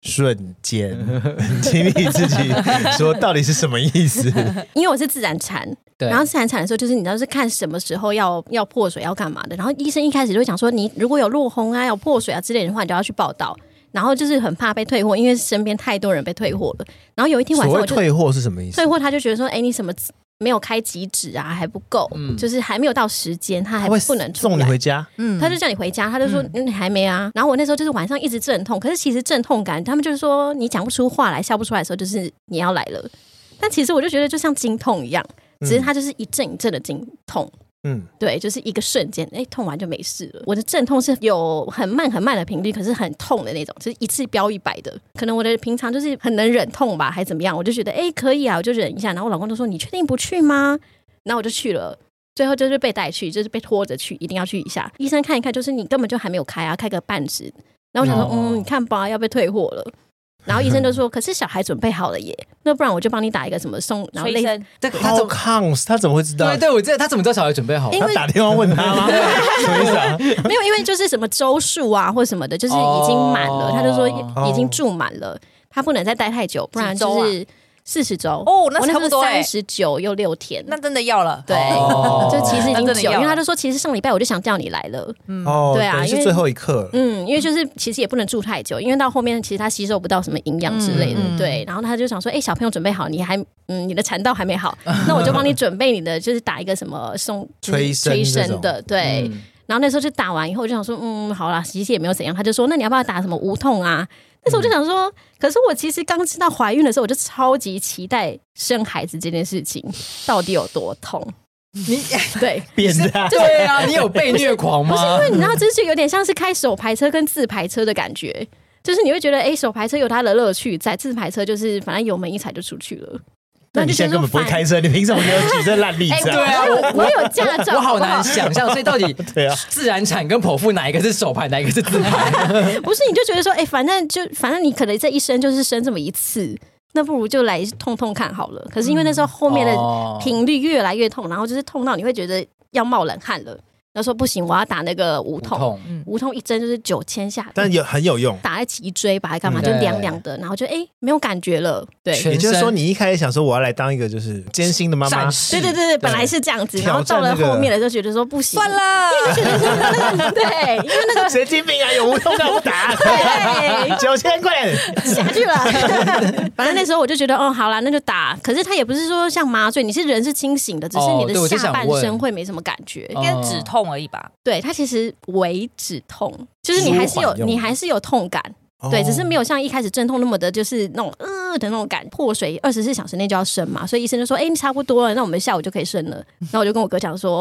请你自己说到底是什么意思？ 因为我是自然产，然后自然产的时候，就是你知道是看什么时候要破水要干嘛的，然后医生一开始就会讲说，你如果有落红啊、有破水啊之类的话，你就要去报到。然后就是很怕被退货，因为身边太多人被退货了。然后有一天晚上， 所谓退货是什么意思？ 退货他就觉得说，你什么没有开几指啊，还不够，就是还没有到时间，他还不能出来送你回家。 他就叫你回家，他就说你还没啊。然后我那时候就是晚上一直阵痛，可是其实阵痛感，他们就是说你讲不出话来、笑不出来的时候，就是你要来了。但其实我就觉得就像经痛一样，只是它就是一阵一阵的经痛。对，就是一个瞬间，痛完就没事了。我的阵痛是有很慢的频率，可是很痛的那种，就是一次飙100的。可能我的平常就是很能忍痛吧，还怎么样？我就觉得可以啊，我就忍一下。然后我老公就说：“你确定不去吗？”然后我就去了。最后就是被带去，就是被拖着去，一定要去一下。医生看一看，就是你根本就还没有开啊，开个半指。然后我想说，你看吧，要被退货了。然后医生就说：“可是小孩准备好了耶，那不然我就帮你打一个什么送，然后类似。” 他怎么会知道？ 对，我知道他怎么知道小孩准备好了？ 他打电话问他吗？什么意思啊？ 没有，因为就是什么周数啊或什么的，就是已经满了，他就说已经住满了，他不能再待太久，不然就是40周哦，那差不多 39又6天， 那真的要了。 对，就其实已经久，因为他就说其实上礼拜我就想叫你来了。对啊，因为是最后一刻。 因为就是其实也不能住太久，因为到后面其实他吸收不到什么营养之类的。对，然后他就想说，小朋友准备好，你的产道还没好，那我就帮你准备你的，就是打一个什么催生的，对。然后那时候就打完以后，我就想说，好啦，其实也没有怎样。他就说，那你要不要打什么无痛啊？那时候我就想说，可是我其实刚知道怀孕的时候，我就超级期待生孩子这件事情到底有多痛。 你对变态， 对啊，你有被虐狂吗？ 不是因为你知道，这就有点像是开手排车跟自排车的感觉，就是你会觉得，手排车有它的乐趣在，自排车就是反正油门一踩就出去了。 那你现在根本不会开车，你凭什么给我举这烂例子？ 对啊， 我有驾照， 我好难想象。所以到底自然产跟剖腹哪一个是手排，哪一个是自排？ 不是，你就觉得说，反正你可能这一生就是生这么一次，那不如就来痛痛看好了。可是因为那时候后面的频率越来越痛，然后就是痛到你会觉得要冒冷汗了。他说不行，我要打那个无痛，无痛一针就是9000下， 但很有用， 打在脊椎吧，还干嘛，就凉凉的，然后就没有感觉了。对， 也就是说你一开始想说我要来当一个就是艰辛的妈妈， 对，本来是这样子，然后到了后面的时候觉得说不行， 算了， 因为觉得说对，因为那个神经病啊，有无痛干嘛打？对，9000块下去了。反正那时候我就觉得好啦，那就打。可是他也不是说像麻醉，你是人是清醒的，只是你的下半身会没什么感觉， 应该止痛而已吧？ 对，它其实微止痛，就是你还是有痛感。对，只是没有像一开始阵痛那么的，就是那种的那种感。破水24小时内就要生嘛，所以医生就说，你差不多了，那我们下午就可以生了。然后我就跟我哥讲说，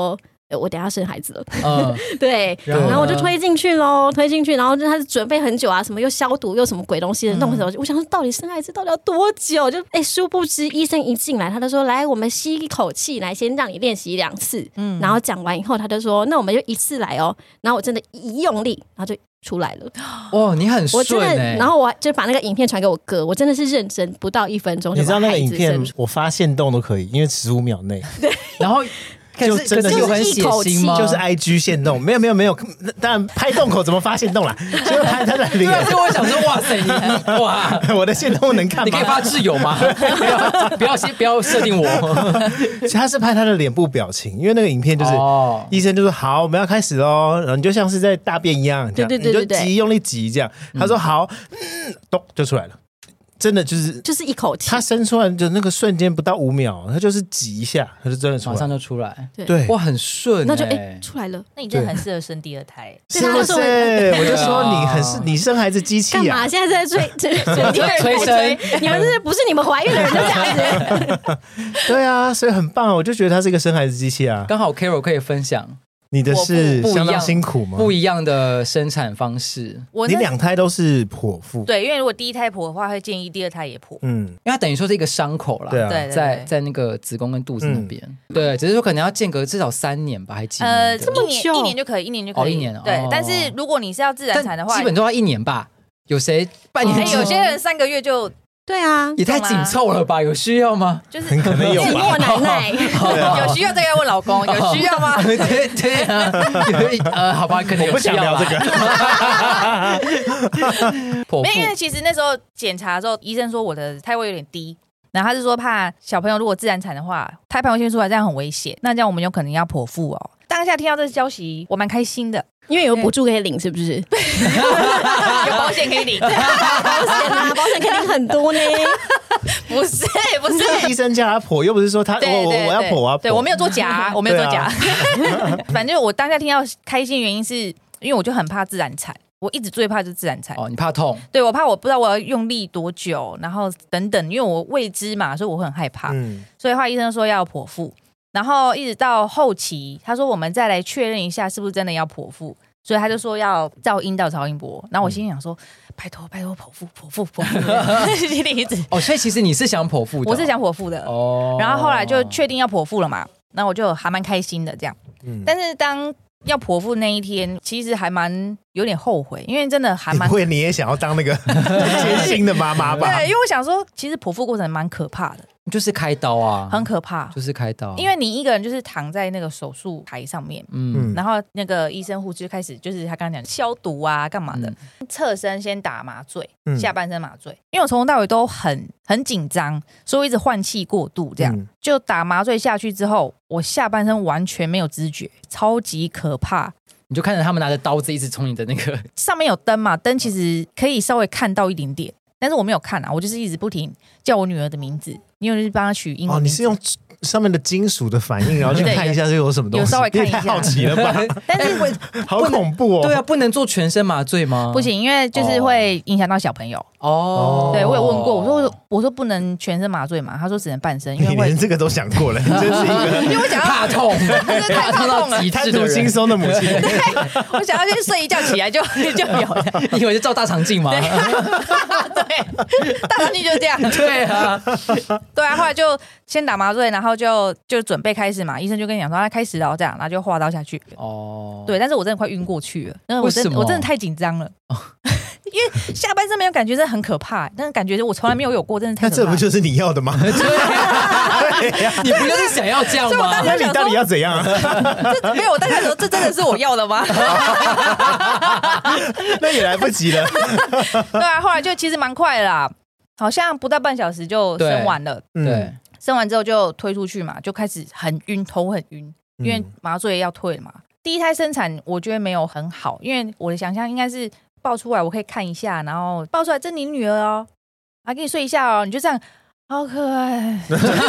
我等一下生孩子了，对，然后我就推进去，然后他准备很久啊，什么又消毒又什么鬼东西的弄的时候，我想说到底生孩子到底要多久？就殊不知医生一进来，他就说来，我们吸一口气，来先让你练习2次，然后讲完以后，他就说那我们就1次来哦，然后我真的一用力，然后就出来了。 哇，你很顺我真的，然后我就把那个影片传给我哥，我真的是认真，不到1分钟就把孩子生出来。 你知道那个影片我发限动都可以，因为15秒内。 对， 然后。 就真的有很血腥吗？ 就是 IG 限动，没有，当然拍洞口怎么发限动啦？就拍他的脸。 对，所以我想说，哇塞，你哇， 我的限动能看吗？ 你可以发挚友吗？不要设定我。 他是拍他的脸部表情，因为那个影片就是医生就说好，我们要开始喽，然后你就像是在大便一样，这样你就挤，用力挤这样。他说好，咚就出来了。真的就是一口气， 他生出来的那个瞬间不到5秒，他就是挤一下，他就真的出来， 马上就出来。 对， 哇，很顺， 那就出来了。 那你真的很适合生第2胎， 是不是？我就说你生孩子机器啊！ 干嘛？现在在催生？ 你们不是你们怀孕的人就这样子？ 对啊，所以很棒，我就觉得他是一个生孩子机器啊。 刚好 Carol 可以分享。 你的是相当辛苦吗？ 不一样的生产方式。 你2胎都是剖腹？ 对，因为如果第1胎剖的话，会建议第2胎也剖。 因为它等于说是一个伤口啦， 对啊， 在那个子宫跟肚子那边。对，只是说可能要间隔至少3年吧，还几年？ 这么久 ，1年就可以，1年就可以。 1年哦。 对，但是如果你是要自然产的话， 基本都要1年吧？有谁半年？ 有些人3个月就。 对啊， 也太紧凑了吧？有需要吗？ 就是很可能有吧。 寂寞难耐， 有需要这个要问老公，有需要吗？ 对啊，好吧，可能有需要。 我不想聊这个。没有，因为其实那时候检查的时候，医生说我的胎位有点低，然后他是说怕小朋友如果自然产的话，胎盘会先出来，这样很危险。那这样我们有可能要剖腹哦。当下听到这个消息，我蛮开心的。 因为有补助可以领，是不是？ 有保险可以领， 保险可以领很多呢。 不是， 医生叫他剖，又不是说他我要剖啊。 对，我没有做假，我没有做假。反正我当下听到开心原因是因为我就很怕自然产，我一直最怕就是自然产。 哦，你怕痛？ 对，我怕我不知道我要用力多久，然后等等，因为我未知嘛，所以我会很害怕。所以后来医生说要剖腹。然后一直到后期，他说我们再来确认一下是不是真的要剖腹，所以他就说要照阴道超音波。然后我心里想说，拜托剖腹，心里一直所以其实你是想剖腹的？ 我是想剖腹的。然后后来就确定要剖腹了嘛，那我就还蛮开心的这样。但是当要剖腹那一天，其实还蛮有点后悔，因为真的还蛮…… 不会你也想要当那个艰辛的妈妈吧？ 对，因为我想说，其实剖腹过程蛮可怕的。 就是开刀啊， 很可怕， 就是开刀， 因为你一个人就是躺在那个手术台上面，然后那个医生护士就开始就是他刚刚讲消毒啊，干嘛的，侧身先打麻醉，下半身麻醉，因为我从头到尾都很紧张，所以我一直换气过度，这样就打麻醉下去之后，我下半身完全没有知觉，超级可怕。 你就看着他们拿着刀子一直从你的那个上面有灯嘛，灯其实可以稍微看到一点点。但是我没有看啊，我就是一直不停叫我女儿的名字，因为是帮她取英文名字。 你是用上面的金属的反应，然后去看一下这有什么东西？ 有稍微看一下， 太好奇了吧？ 但是好恐怖哦！ 对啊，不能做全身麻醉吗？ 不行，因为就是会影响到小朋友。对，我有问过，我说不能全身麻醉嘛，他说只能半身，因为你连这个都想过了，你真是一个因为我想要怕痛， 太怕痛了， 贪图轻松的母亲。 对，我想要先睡一觉起来就有， 你以为是照大肠镜吗？ 对，大肠镜就是这样。 对啊， 对啊，后来就先打麻醉，然后就准备开始嘛，医生就跟你讲说他开始了，这样，然后就划刀下去。对，但是我真的快晕过去了，我真的太紧张了。因为下半身没有感觉，真的很可怕。但是感觉我从来没有过，真的太可怕。 那这不就是你要的吗？ 你不就是想要这样吗？ 那你到底要怎样？ 没有，我当时说这真的是我要的吗？ 那也来不及了。 对啊，后来就其实蛮快的啦，好像不到半小时就生完了。 对， 生完之后就推出去嘛，就开始很晕，头很晕，因为麻醉要退了嘛。第一胎生产我觉得没有很好，因为我的想象应该是。抱出来我可以看一下，然后抱出来这你女儿哦，啊给你睡一下哦，你就这样，好可爱，就睡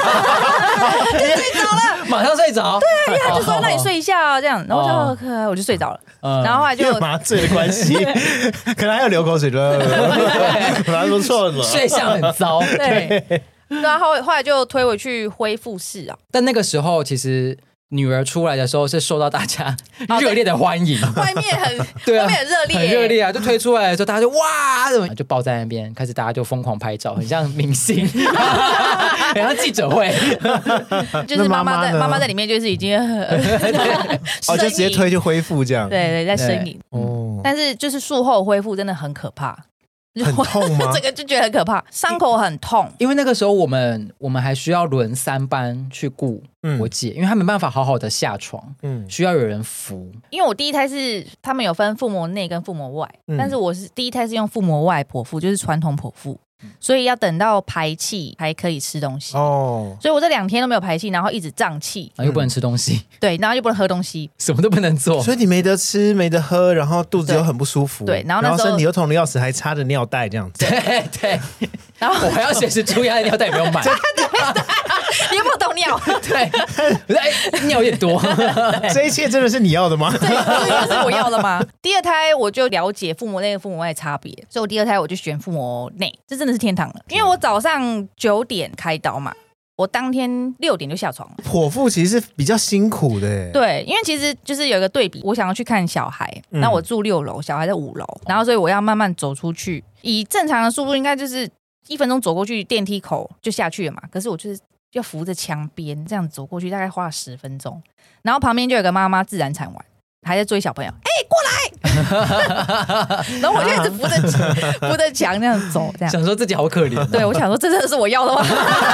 着了， 马上睡着。 对啊，他就说那你睡一下哦，这样，然后我就好可爱，我就睡着了。然后后来就麻醉的关系，可能还有流口水的，可能说错了， 睡相很糟。 对，然后后来就推回去恢复室啊。 但那个时候其实女儿出来的时候是受到大家热烈的欢迎， 外面对啊， 外面很热烈， 很热烈啊！就推出来的时候，大家就哇，就抱在那边，开始大家就疯狂拍照，很像明星，很像记者会。 就是妈妈在里面就是已经就直接推就恢复这样， 对，在呻吟哦。但是就是术后恢复真的很可怕。 很痛吗？ 这个就觉得很可怕，伤口很痛。 因为那个时候我们还需要轮3班去顾我姐，因为她没办法好好的下床，需要有人扶。 因为我第一胎是他们有分腹膜内跟腹膜外，但是我是第一胎是用腹膜外剖腹，就是传统剖腹。所以要等到排气还可以吃东西哦，所以我这2天都没有排气，然后一直胀气， 又不能吃东西， 对，然后又不能喝东西， 什么都不能做， 所以你没得吃没得喝，然后肚子又很不舒服， 对，然后身体又痛的要死，还插着尿袋这样子， 对，然后我还要随时注意他的尿袋有没有满， 你有没有倒尿？ 对，尿也多， 这一切真的是你要的吗？ 对，这是我要的吗？第2胎我就了解腹膜内跟腹膜外的差别，所以我第2胎我就选腹膜内，这真的是天堂了。因为我早上9点开刀嘛，我当天6点就下床了。 剖腹其实是比较辛苦的耶， 对，因为其实就是有一个对比，我想要去看小孩，然后我住6楼，小孩在5楼，然后所以我要慢慢走出去，以正常的速度应该就是1分钟走过去电梯口就下去了嘛，可是我就是要扶着墙边这样走过去，大概花了10分钟，然后旁边就有个妈妈自然产完，还在追小朋友，过来，然后我就一直扶着墙那样走，这样想说自己好可怜。 对，我想说这真的是我要的吗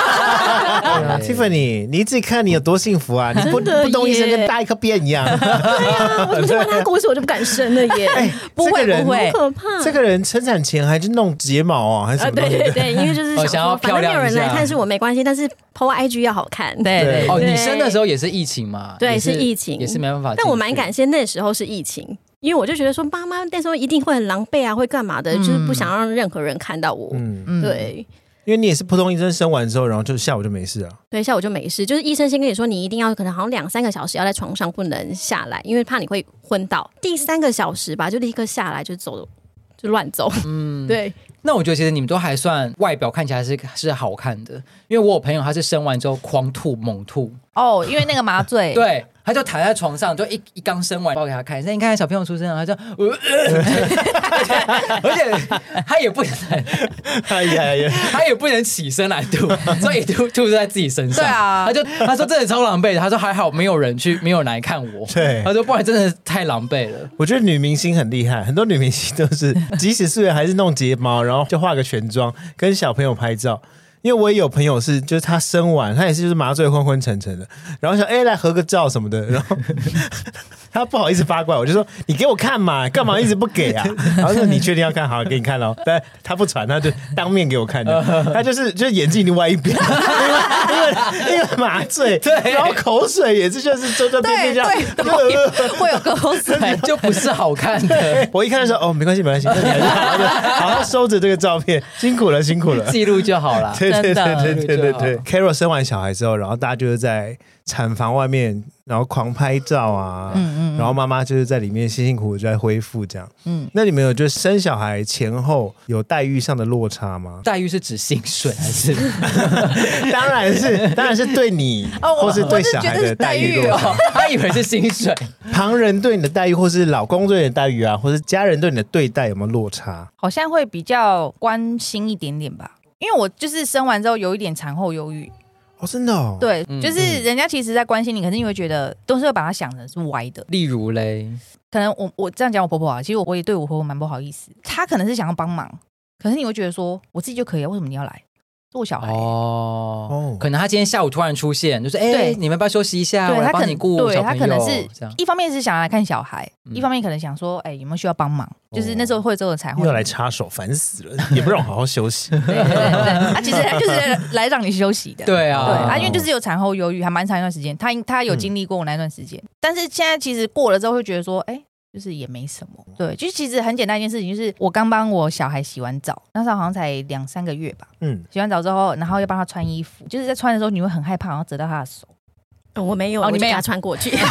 ？Tiffany， 你自己看你有多幸福啊！你不动一声跟大一颗鞭一样。 对啊，我听完他的故事我就不敢生了耶。 不会， 可怕。 这个人生产前还去弄睫毛啊，还是什么？ 对，因为就是想要漂亮一下， 反正没有人来看是我没关系，但是 PO IG 要好看。 对， 你生的时候也是疫情嘛？ 对，是疫情， 也是没办法。 但我蛮感谢那时候是疫情。因为我就觉得说妈妈那时候一定会很狼狈啊，会干嘛的，就是不想让任何人看到我。对， 因为你也是普通医生生完之后，然后就下午就没事了。 对，下午就没事，就是医生先跟你说你一定要可能好像2-3个小时要在床上不能下来，因为怕你会昏倒。第3个小时吧，就立刻下来就走，就乱走。对。 那我觉得其实你们都还算外表看起来是好看的，因为我有朋友他是生完之后狂吐猛吐哦，因为那个麻醉， 对，他就躺在床上，就一刚生完抱给他看，你看小朋友出生了，他就而且他也不能，他也不能起身来吐，所以吐在自己身上。 对啊， 他说真的超狼狈的，他说还好没有人来看我， 对， 他说不然真的太狼狈了。 我觉得女明星很厉害，很多女明星都是即使素颜还是弄睫毛，然后就化个全妆跟小朋友拍照。因为我也有朋友是，就是他生完，他也是就是麻醉昏昏沉沉的，然后想来合个照什么的，然后他不好意思发过来，我就说你给我看嘛，干嘛一直不给啊？然后说你确定要看好，给你看咯。但他不传，他就当面给我看的，他就是眼睛另外一边，因为麻醉，对，然后口水也是就是周周边边这样， 会有口水， 就不是好看的。 我一看就说没关系，那你还是好好收着这个照片，辛苦了， 记录就好了。 对 Carol 生完小孩之后，然后大家就是在产房外面，然后狂拍照啊，然后妈妈就是在里面辛辛苦苦在恢复这样。那你们有就生小孩前后有待遇上的落差吗？ 待遇是指薪水还是？ 当然是对你或是对小孩的待遇落差。 他以为是薪水， 旁人对你的待遇，或是老公对你的待遇啊，或是家人对你的对待有没有落差？ 好像会比较关心一点点吧。因为我就是生完之后有一点产后忧郁哦，真的哦， 对，就是人家其实在关心你，可是你会觉得都是会把它想成是歪的。 例如嘞， 可能我这样讲我婆婆啊，其实我也对我婆婆蛮不好意思，她可能是想要帮忙，可是你会觉得说我自己就可以了，为什么你要来？是我小孩可能他今天下午突然出现，就是你们要不要休息一下？我来帮你顾小朋友。 他可能是一方面是想来看小孩，一方面可能想说，有没有需要帮忙？就是那时候会这个产后又来插手，烦死了，也不让我好好休息。 对，他其实就是来让你休息的。 对啊， 因为就是有产后忧郁，还蛮长一段时间，他有经历过我那段时间，但是现在其实过了之后会觉得说，就是也没什么。对，就其实很简单一件事情，就是我刚帮我小孩洗完澡，那时候好像才2-3个月吧。洗完澡之后，然后要帮他穿衣服，就是在穿的时候你会很害怕，然后折到他的手。 我没有，你没给他穿过去，因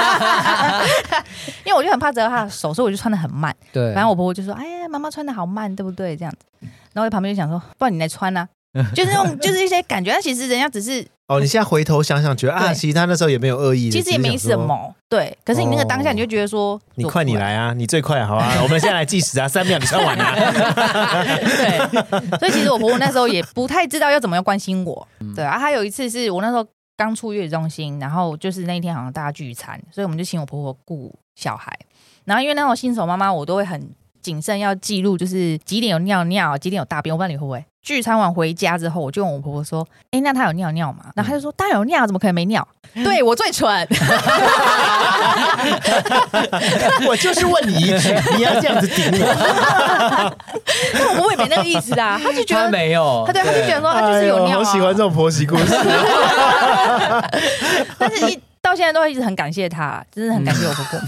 为我就很怕折到他的手，所以我就穿得很慢。 对， 反正我婆婆就说：“妈妈穿得好慢，对不对？”这样子，然后我在旁边就想说：“不然你来穿啊。”就是那种，就是一些感觉。但其实人家只是哦，你现在回头想想，觉得啊，其实他那时候也没有恶意的， 其实也没什么，对。可是你那个当下，你就觉得说， 你快你来啊，你最快，好啊，我们现在来计时啊，3秒你穿完啊。 对，所以其实我婆婆那时候也不太知道要怎么样关心我，对啊。还有一次是我那时候刚出月子中心，然后就是那一天好像大家聚餐，所以我们就请我婆婆顾小孩。然后因为那种新手妈妈，我都会很谨慎要记录，就是几点有尿尿，几点有大便。我不知道你会不会。聚餐完回家之后，我就问我婆婆说：“哎，那她有尿尿吗？”然后她就说：“当然有尿，怎么可能没尿？”对我最蠢， 我就是问你一句，你要这样子顶我。 我也没那个意思啊，他就觉得他没有， 他就觉得说他就是有尿啊。 好喜欢这种婆媳故事。 但是到现在都会一直很感谢他，真的很感谢我婆婆。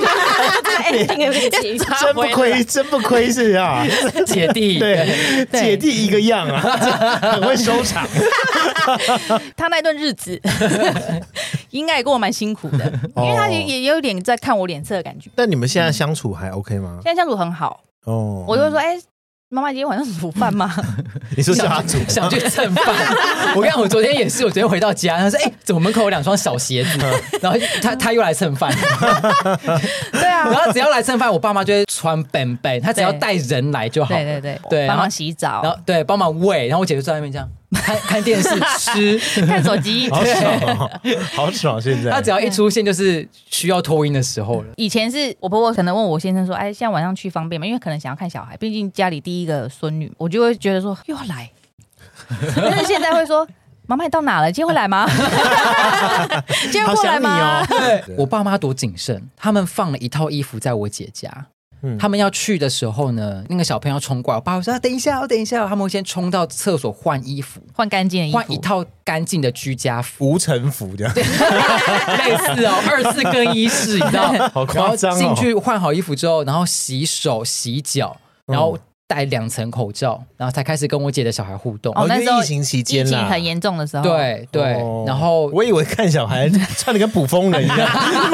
真不亏，真不愧是啊， 姐弟， 对，姐弟一个样啊，很会收场。 他那段日子应该也跟我蛮辛苦的，因为他也有点在看我脸色的感觉。 但你们现在相处还 OK 吗？ 现在相处很好哦，我就会说，哎。妈妈今天晚上煮饭吗？ 你说叫他煮， 想去蹭饭。我跟你讲，我昨天也是，我昨天回到家，他说：“哎，怎么门口有2双小鞋子？”然后他又来蹭饭。 对啊， 然后只要来蹭饭，我爸妈就会穿本本，他只要带人来就好。 对，帮忙洗澡， 然后对帮忙喂，然后我姐就在那边这样。看电视吃看手机， 好爽，好爽！现在他只要一出现就是需要托婴的时候了。 以前是我婆婆可能问我先生说：“哎，现在晚上去方便吗？”因为可能想要看小孩，毕竟家里第一个孙女，我就会觉得说又要来。但是现在会说：“妈妈你到哪了？今天会来吗？今天过来吗？” 对，我爸妈多谨慎，他们放了一套衣服在我姐家。他们要去的时候呢，那个小朋友冲过来，我爸会说：“等一下，等一下。”他们会先冲到厕所换衣服， 换干净的衣服， 换一套干净的居家服， 无尘服这样， 类似哦，2次更衣室，你知道？ 好夸张哦！ 进去换好衣服之后，然后洗手、洗脚，然后戴2层口罩，然后才开始跟我姐的小孩互动。 那时候疫情期间啦， 疫情很严重的时候， 对对。然后我以为看小孩穿的跟捕风人一样，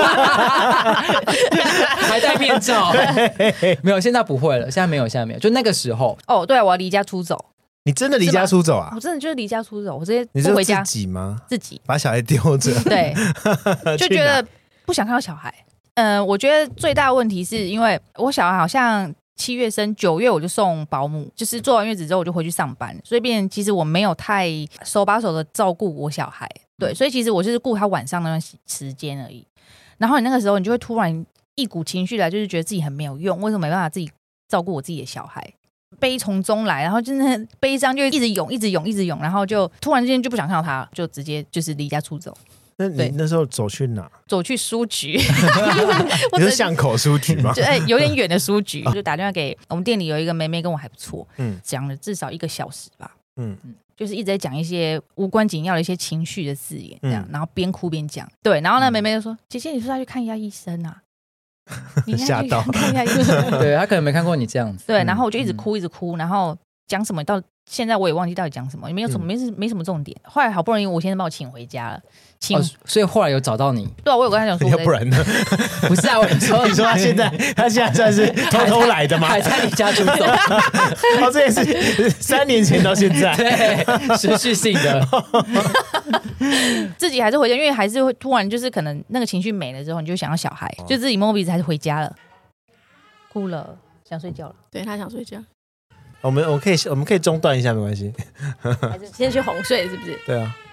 还戴面罩。没有，现在不会了，现在没有，现在没有。就那个时候， 哦，对，我要离家出走。 你真的离家出走啊？ 我真的就是离家出走，我直接你不回家。 自己吗？ 自己把小孩丢着， 对，就觉得不想看到小孩。我觉得最大的问题是因为我小孩好像7月生，9月我就送保姆，就是做完月子之后我就回去上班，所以变成其实我没有太手把手的照顾我小孩，对，所以其实我就是顾他晚上那段时间而已。然后你那个时候你就会突然一股情绪来，就是觉得自己很没有用，为什么没办法自己照顾我自己的小孩？悲从中来，然后真的悲伤就一直涌，一直涌，一直涌，然后就突然间就不想看到他，就直接就是离家出走。 那你那时候走去哪？ 走去书局， 你是巷口书局吗？ 就有点远的书局，就打电话给我们店里有一个妹妹，跟我还不错，讲了至少1个小时吧，就是一直在讲一些无关紧要的一些情绪的字眼，这样，然后边哭边讲，对，然后那妹妹就说：“姐姐，你是不是要去看一下医生啊？”你吓到， 看一下医生， 对他可能没看过你这样子， 对，然后我就一直哭，一直哭，然后讲什么到现在我也忘记到底讲什么，没有什么没什么重点。后来好不容易我先生把我请回家了， 所以后来有找到你。 对啊，我有跟他讲说， 要不然呢？ 不是啊，我说你说他现在算是偷偷来的吗？ 还在离家出走。 哦，这也是3年前到现在， 对，持续性的。 自己还是回家，因为还是会突然就是可能那个情绪没了之后，你就想要小孩，就自己摸鼻子还是回家了，哭了，想睡觉了。 对，他想睡觉。 我们可以中断一下，没关系。 还是先去哄睡，是不是？ 对啊。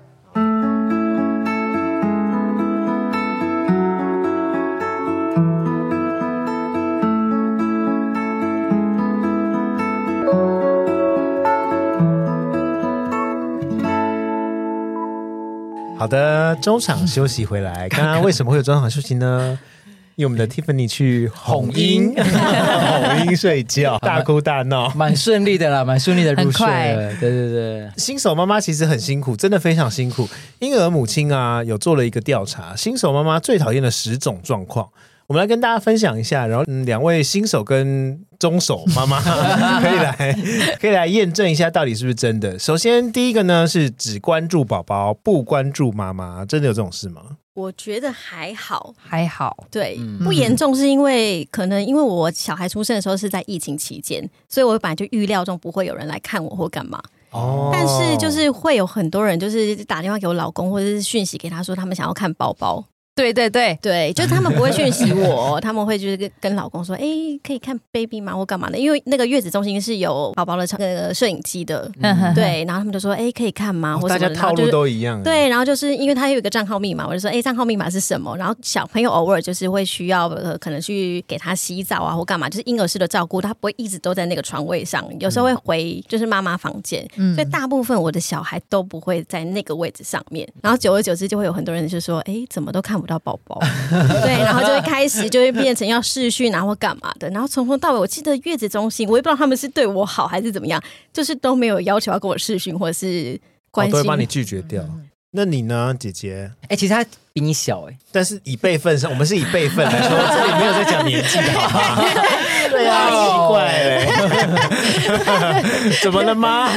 好的，中场休息回来。刚刚为什么会有中场休息呢？因为我们的 Tiffany 去哄婴睡觉，大哭大闹， 蛮顺利的啦，蛮顺利的入睡了。对对对， 新手妈妈其实很辛苦，真的非常辛苦。婴儿母亲啊，有做了一个调查，新手妈妈最讨厌的10种状况。我们来跟大家分享一下，然后2位新手跟中手妈妈可以来验证一下到底是不是真的。首先第一个呢是只关注宝宝不关注妈妈，真的有这种事吗？ 我觉得还好，对，不严重，是因为可能因为我小孩出生的时候是在疫情期间，所以我本来就预料中不会有人来看我或干嘛。 但是就是会有很多人就是打电话给我老公，或者是讯息给他说他们想要看宝宝。 对对对对，就是他们不会讯息我，他们会就是跟老公说，可以看 baby 吗或干嘛的？因为那个月子中心是有宝宝的摄影机的，对，然后他们就说，可以看吗？或大家套路都一样。 对，然后就是因为他有一个账号密码，我就说，账号密码是什么？然后小朋友偶尔就是会需要可能去给他洗澡啊或干嘛，就是婴儿式的照顾，他不会一直都在那个床位上，有时候会回就是妈妈房间，所以大部分我的小孩都不会在那个位置上面。然后久而久之就会有很多人就说，怎么都看不到宝宝，对，然后就会开始就会变成要视讯啊或干嘛的，然后从头到尾，我记得月子中心，我也不知道他们是对我好还是怎么样，就是都没有要求要跟我视讯或者是关心， 都会帮你拒绝掉。那你呢，姐姐？ 其实他比你小但是以辈分上，我们是以辈分来说，这里没有在讲年纪的好吗？对啊，奇怪怎么了吗？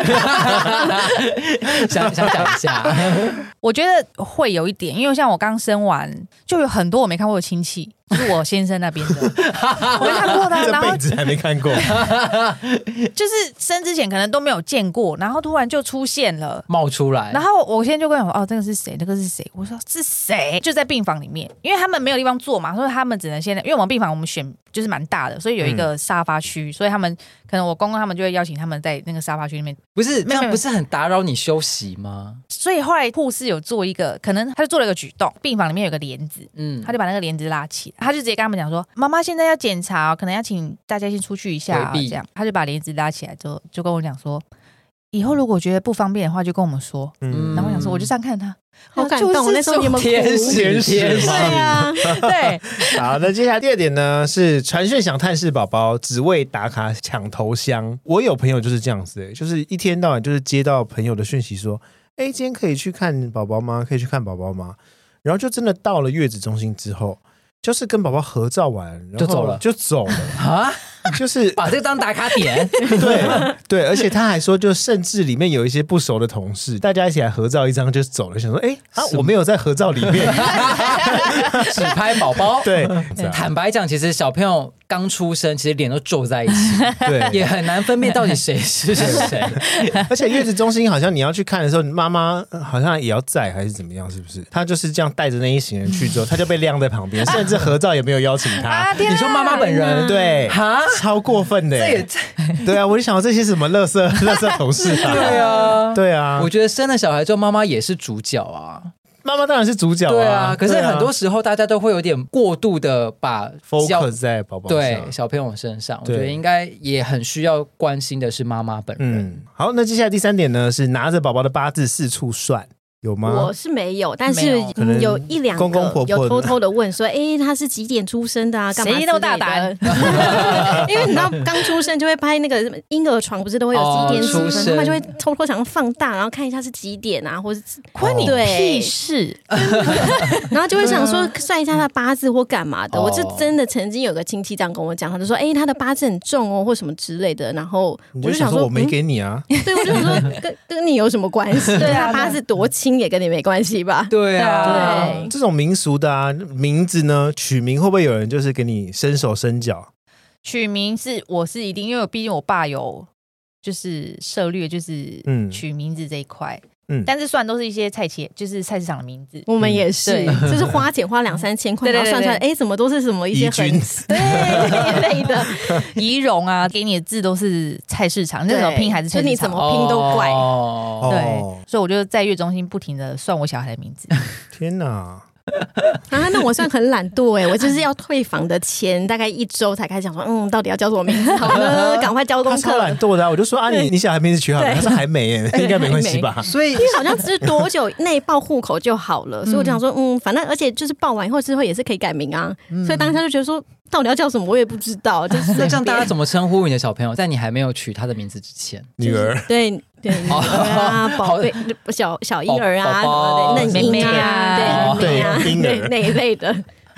想讲一下， 我觉得会有一点，因为像我刚生完，就有很多我没看过的亲戚，就是我先生那边的，我没看过的， 这辈子还没看过， 就是生之前可能都没有见过，然后突然就出现了， 冒出来， 然后我现在就跟他说，这个是谁？那个是谁？我说是谁？就在病房里面，因为他们没有地方坐嘛，所以他们只能现在，因为我们病房我们选就是蛮大的，所以有一个沙发区，所以他们可能我公公他们就会邀请他们在那个沙发区里面， 不是这样不是很打扰你休息吗？ 所以后来护士有做一个，可能他就做了一个举动，病房里面有个帘子，他就把那个帘子拉起来，他就直接跟他们讲说，妈妈现在要检查，可能要请大家先出去一下，这样，他就把帘子拉起来之后，就跟我讲说，以后如果觉得不方便的话，就跟我们说。然后我想说，我就这样看他， 好感动。那时候你有没有天使？ 对啊， 对。 好，那接下来第二点呢，是传讯想探视宝宝，只为打卡抢头香。我有朋友就是这样子，就是一天到晚就是接到朋友的讯息说，今天可以去看宝宝吗？可以去看宝宝吗？然后就真的到了月子中心之后，就是跟宝宝合照完，然后就走了啊。 就是把这个当打卡点， 对，而且他还说，就甚至里面有一些不熟的同事，大家一起来合照一张就走了，想说，我没有在合照里面， 只拍宝宝。 对， 坦白讲，其实小朋友刚出生，其实脸都皱在一起， 对， 也很难分辨到底谁是谁。 而且月子中心好像你要去看的时候，妈妈好像也要在，还是怎么样？是不是？他就是这样带着那一行人去之后，他就被晾在旁边，甚至合照也没有邀请他。 你说妈妈本人？ 对，超过分的，对啊，我就想到这些什么垃圾同事啊，对啊， 我觉得生了小孩之后，妈妈也是主角啊。 妈妈当然是主角对啊，可是很多时候大家都会有点过度的把 focus 在宝宝上， 对小朋友身上，我觉得应该也很需要关心的是妈妈本人。 好，那接下来第三点呢，是拿着宝宝的八字四处算。有吗？ 我是没有，但是有一两个公公婆婆有偷偷的问说，他是几点出生的啊？干嘛？ 谁那么大胆？ 因为你知道刚出生就会拍那个婴儿床，不是都会有几点出生，他们就会偷偷想要放大，然后看一下是几点啊，或是关你屁事。 然后就会想说算一下他的八字或干嘛的。我就真的曾经有个亲戚这样跟我讲，他就说，他的八字很重哦，或什么之类的。然后我就想说，我没给你啊。 对，我就想说跟你有什么关系？对啊，八字多轻。也跟你没关系吧？ 对啊， 对， 这种民俗的名字呢，取名会不会有人就是给你伸手伸脚？ 取名我是一定，因为毕竟我爸有就是涉略，就是取名字这一块。但是算都是一些就是菜市场的名字， 我们也是，就是花钱花2-3千块，然后算出来，怎么都是什么一些很对一类的仪容啊，给你的字都是菜市场，那怎么拼还是菜市场， 你怎么拼都怪。 对，所以我就在月中心不停的算我小孩的名字。 天哪！ 那我算很懒惰我就是要退房的前大概1周才开始想说，到底要叫什么名字好呢？赶快交功课。 他超懒惰的我就说你小孩名字取好了，他说还没应该没关系吧？ 所以因为好像只是多久内报户口就好了，所以我就想说，反正而且就是报完以后之后也是可以改名啊，所以当下就觉得说，到底要叫什么我也不知道。就是那这样大家怎么称呼你的小朋友？在你还没有取他的名字之前， 女儿对，女儿啊，宝贝小婴儿啊，嫩婴啊，对婴儿那一类的。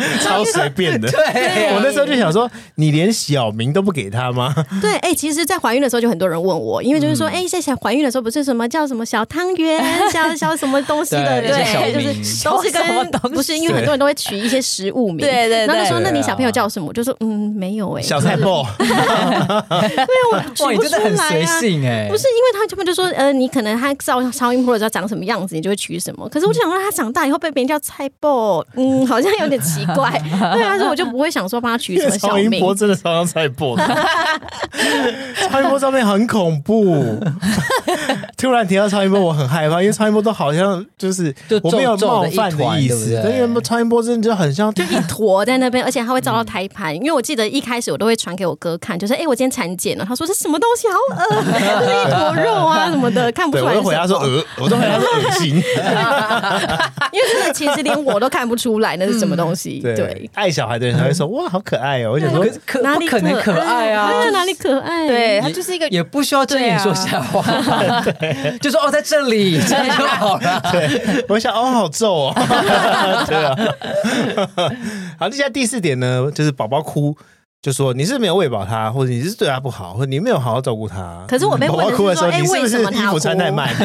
超随便的。 对， 我那时候就想说，你连小名都不给他吗？ 对，其实，在怀孕的时候就很多人问我，因为就是说，在怀孕的时候不是什么叫什么小汤圆、小什么东西的，对，就是都是跟不是因为很多人都会取一些食物名， 对， 然后就说那你小朋友叫什么？我就说没有小菜包， 对，我取不出来啊， 真的很随性不是因为他们就说你可能他照超音波的时候长什么样子，你就会取什么。可是我就想说他长大以后被别人叫菜包，好像有点奇怪，对啊，所以我就不会想说帮他取什么小名。 超音波真的超像菜包的，超音波照片很恐怖。突然提到超音波，我很害怕，因为超音波都好像就是我没有冒犯的意思，因为超音波真的就很像就一坨在那边，而且它会照到胎盘。因为我记得一开始我都会传给我哥看，就是我今天产检了，他说这什么东西好恶，就是一坨肉啊什么的，看不出来。 我都回答说我都回答说恶心， 因为这个其实连我都看不出来那是什么东西。对， 爱小孩的人才会说哇好可爱哦，我想说哪里可能可爱啊？ 哪里可爱？ 对，他就是一个也不需要睁眼说瞎话，就说在这里就好了。 对，我想好皱哦。对啊。好，接下来第4点呢，就是宝宝哭。就说你是没有喂饱他，或者你是对他不好，或者你没有好好照顾他。 可是我被问的是说， 你是不是衣服穿太慢？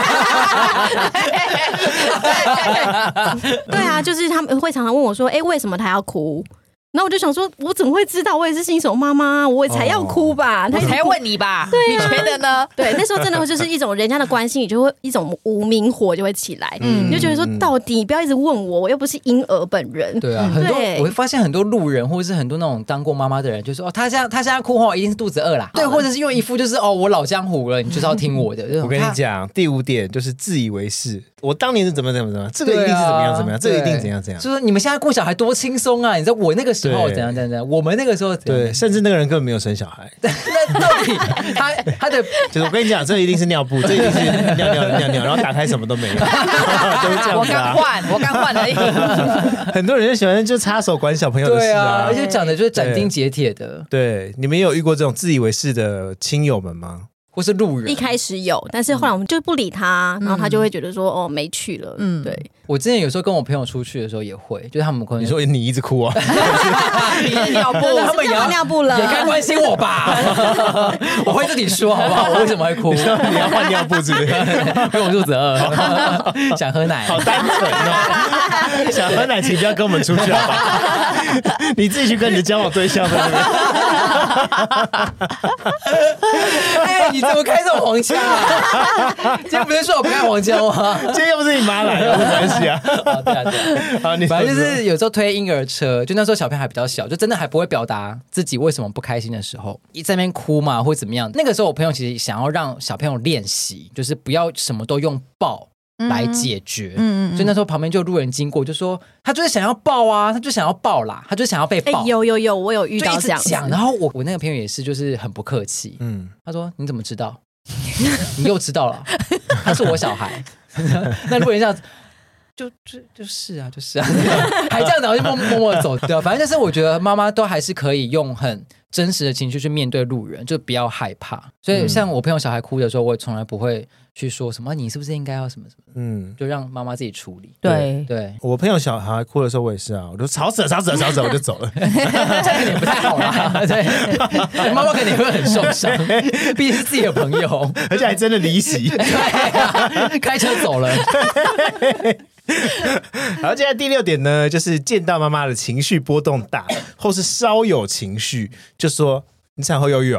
对啊，就是他们会常常问我说，为什么他要哭？然后我就想说，我怎么会知道？我也是新手妈妈，我才要哭吧？ 他才要问你吧？ 对、 你觉得呢？ 对，那时候真的就是一种人家的关心，你就会一种无名火就会起来，你就觉得说，到底不要一直问我又不是婴儿本人。 对啊，很多我会发现很多路人或者是很多那种当过妈妈的人，就说他现在哭一定是肚子饿啦。对，或者是用一副就是我老江湖了，你就是要听我的。 我跟你讲，第5点就是自以为是。我当年是怎么，这个一定是怎么样，这个一定怎样。 就是说你们现在顾小孩多轻松啊！你知道我那个时候怎样，我们那个时候怎样。 对，甚至那个人根本没有生小孩。 那到底他的就是我跟你讲，这一定是尿布，这一定是尿，然后打开什么都没有，都是这样子啊。 我刚换而已。 很多人就喜欢就插手管小朋友的事啊， 而且讲的就是斩钉截铁的。 对，你们也有遇过这种自以为是的亲友们吗？ 或是路人？ 一开始有，但是后来我们就不理他，然后他就会觉得说没趣了。对， 我之前有时候跟我朋友出去的时候也会，就是他们可能你说你一直哭啊， 你尿布，他们也要尿布了， 也该关心我吧？我会自己说好不好？我为什么会哭？ 你要换尿布是不是？ 因为我肚子饿，想喝奶。 好单纯哦，想喝奶请不要跟我们出去好吧？你自己去跟你的交往对象在那边。你怎么开这种黄腔啊？今天不是说我不开黄腔吗？ 今天又不是你妈来了，没关系啊。 对啊。好，你反正就是有时候推婴儿车，就那时候小朋友还比较小，就真的还不会表达自己为什么不开心的时候，一在那边哭嘛，或怎么样。那个时候我朋友其实想要让小朋友练习，就是不要什么都用抱来解决。所以那时候旁边就路人经过，就说他就是想要抱啊，他就想要抱啦，他就想要被抱。 有，我有遇到这样子。 然后我那个朋友也是，就是很不客气。他说你怎么知道？你又知道了？他是我小孩。那路人这样子。就是啊，还这样子，然后就默默的走掉。反正就是我觉得妈妈都还是可以用很真实的情绪去面对路人，就不要害怕。所以像我朋友小孩哭的时候，我也从来不会去说什么你是不是应该要什么什么，就让妈妈自己处理。 对， 我朋友小孩哭的时候，我也是啊，我就吵死了，我就走了。这肯定不太好啦，对，妈妈肯定会很受伤，毕竟是自己的朋友， 而且还真的离席， 对，开车走了。 然后接下来第6点呢，就是见到妈妈的情绪波动大，或是稍有情绪，就说你产后忧郁哦。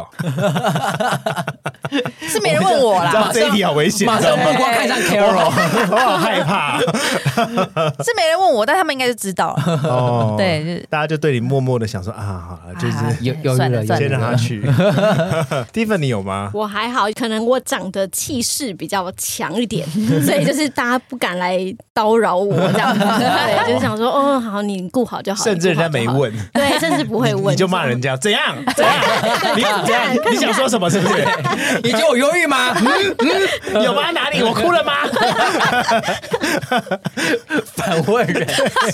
是没人问我啦， 你知道这一题好危险， 马上目光看向 Carol， 我好害怕。 是没人问我，但他们应该就知道了。对，就是大家就对你默默的想说好了，就是忧郁了， 先让他去。Tiffany 你有吗？ 我还好，可能我长得气势比较强一点，所以就是大家不敢来叨扰我这样子。对，就是想说好，你顾好就好。 甚至人家没问， 对，甚至不会问， 你就骂人家怎样？你想说什么？是不是？ 你觉得我忧郁吗？ 有吗？哪里？我哭了吗？ 反问人。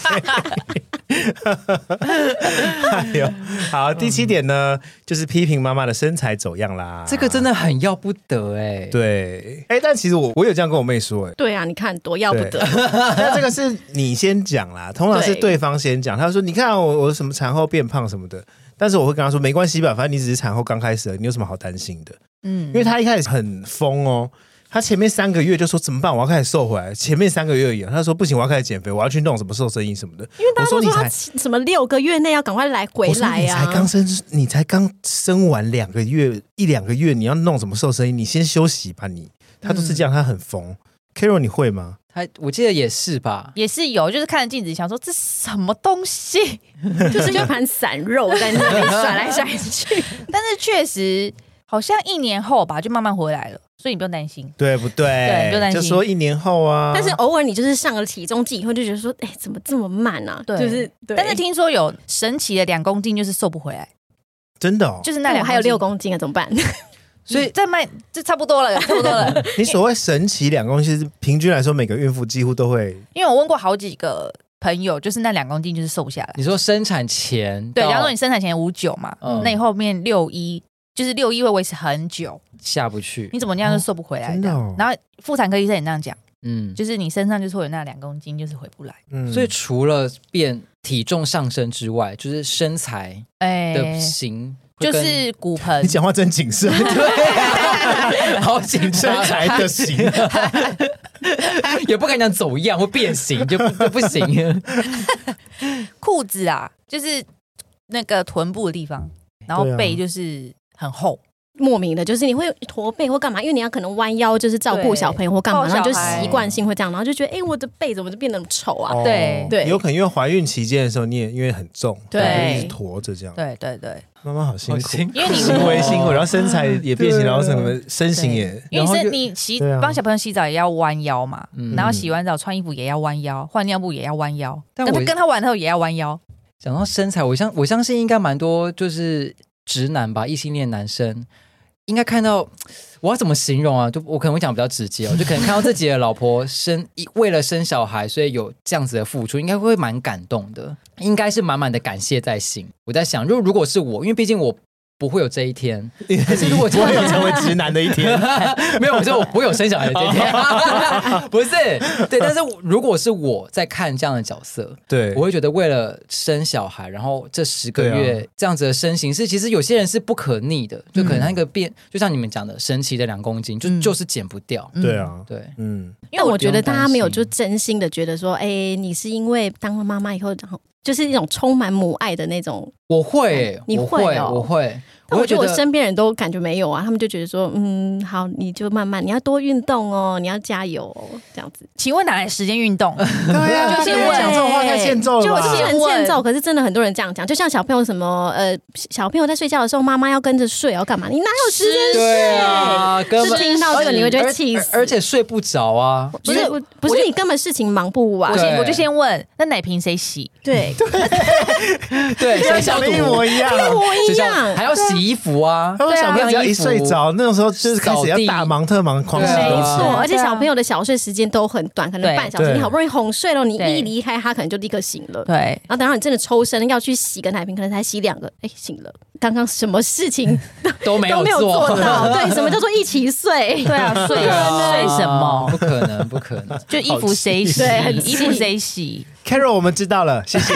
哎呦，好，第7点呢，就是批评妈妈的身材走样啦。 这个真的很要不得哎。 对，但其实我有这样跟我妹说对啊，你看多要不得。 那这个是你先讲啦，通常是对方先讲。他说：“你看我什么产后变胖什么的。”但是我会跟他说：“没关系吧，反正你只是产后刚开始，你有什么好担心的？”因为他一开始很疯哦。他前面3个月就说怎么办？我要开始瘦回来。前面3个月而已，他说不行，我要开始减肥，我要去弄什么瘦身衣什么的。 因为大家说他什么6个月内要赶快回来啊！ 你才刚生完2个月1-2个月，你要弄什么瘦身衣？你先休息吧你。他都是这样，他很疯。Carol 你会吗？ 我记得也是吧， 也是有，就是看着镜子想说这什么东西， 就是一盘散肉在那里甩来甩去。 但是确实好像1年后吧，就慢慢回来了。所以你不用担心， 对不对？ 对，不用担心。 就说1年后啊， 但是偶尔你就是上了体重计以后，就觉得说，怎么这么慢啊？ 对， 就是。 但是听说有神奇的2公斤，就是瘦不回来， 真的哦。 就是那2 还有6公斤啊，怎么办？ 所以再卖就差不多了，差不多了。 你所谓神奇2公斤，平均来说，每个孕妇几乎都会。 因为我问过好几个朋友，就是那2公斤就是瘦不下来。 你说生产前， 对，假如说你生产前59嘛，那你后面61。就是61会维持很久， 下不去， 你怎么那样就瘦不回来的？ 真的哦。 然后妇产科医生也那样讲，就是你身上就是会有那2公斤，就是回不来。 所以除了变体重上升之外，就是身材的型， 就是骨盆。 你讲话真谨慎， 对，好紧张， 身材的型， 也不敢讲走样或变形，就不行。 裤子啊，就是那个臀部的地方。然后背就是很厚， 莫名的，就是你会驼背或干嘛，因为你要可能弯腰，就是照顾小朋友或干嘛，然后就习惯性会这样，然后就觉得我的背怎么就变得那么丑啊？ 对， 有可能因为怀孕期间的时候，你也因为很重， 对， 一直驼着这样。 对， 妈妈好辛苦， 因为你行为辛苦，然后身材也变形，然后什么身形也， 因为你帮小朋友洗澡也要弯腰嘛，然后洗完澡穿衣服也要弯腰，换尿布也要弯腰，但跟他玩的时候也要弯腰。 讲到身材，我相信应该蛮多就是直男吧，异性恋男生应该看到，我要怎么形容啊？就我可能会讲比较直接就可能看到自己的老婆为了生小孩，所以有这样子的付出，应该会蛮感动的，应该是满满的感谢在心。我在想，如果是我，因为毕竟我不会有这一天，可是如果我有成为直男的一天， 没有，我说我不会有生小孩的这一天，不是对。但是如果是我在看这样的角色， 对， 我会觉得为了生小孩，然后这10个月这样子的身形是，其实有些人是不可逆的，就可能那个变，就像你们讲的神奇的2公斤，就是减不掉。 对啊， 对， 因为我觉得大家没有就真心的觉得说，你是因为当了妈妈以后，然后就是一种充满母爱的那种。 我会， 你会哦， 我会。 我觉得我身边人都感觉没有啊，他们就觉得说，好，你就慢慢，你要多运动哦，你要加油哦，这样子。 请问哪来时间运动？ 对呀，就是讲这种话太欠揍了， 就是很欠揍。可是真的很多人这样讲，就像小朋友什么小朋友在睡觉的时候，妈妈要跟着睡，要干嘛？你哪有时间睡？ 对啊，根本听到这个你会觉得气死， 而且睡不着啊。 不是你根本事情忙不完。 我就先问，那奶瓶谁洗？ 对， 谁消毒？ 一模一样， 还要洗衣服啊。 他说小朋友只要一睡着，那种时候就是开始要大忙特忙，狂洗东西。 而且小朋友的小睡时间都很短，可能半小时。你好不容易哄睡了，你一离开他，可能就立刻醒了。 对， 然后等到你真的抽身要去洗个奶瓶，可能才洗2个，醒了。刚刚什么事情都没有做到，对，什么叫做一起睡？ 对啊，睡什么？ 不可能， 就衣服谁洗？衣服谁洗 ？Carol， 我们知道了，谢谢。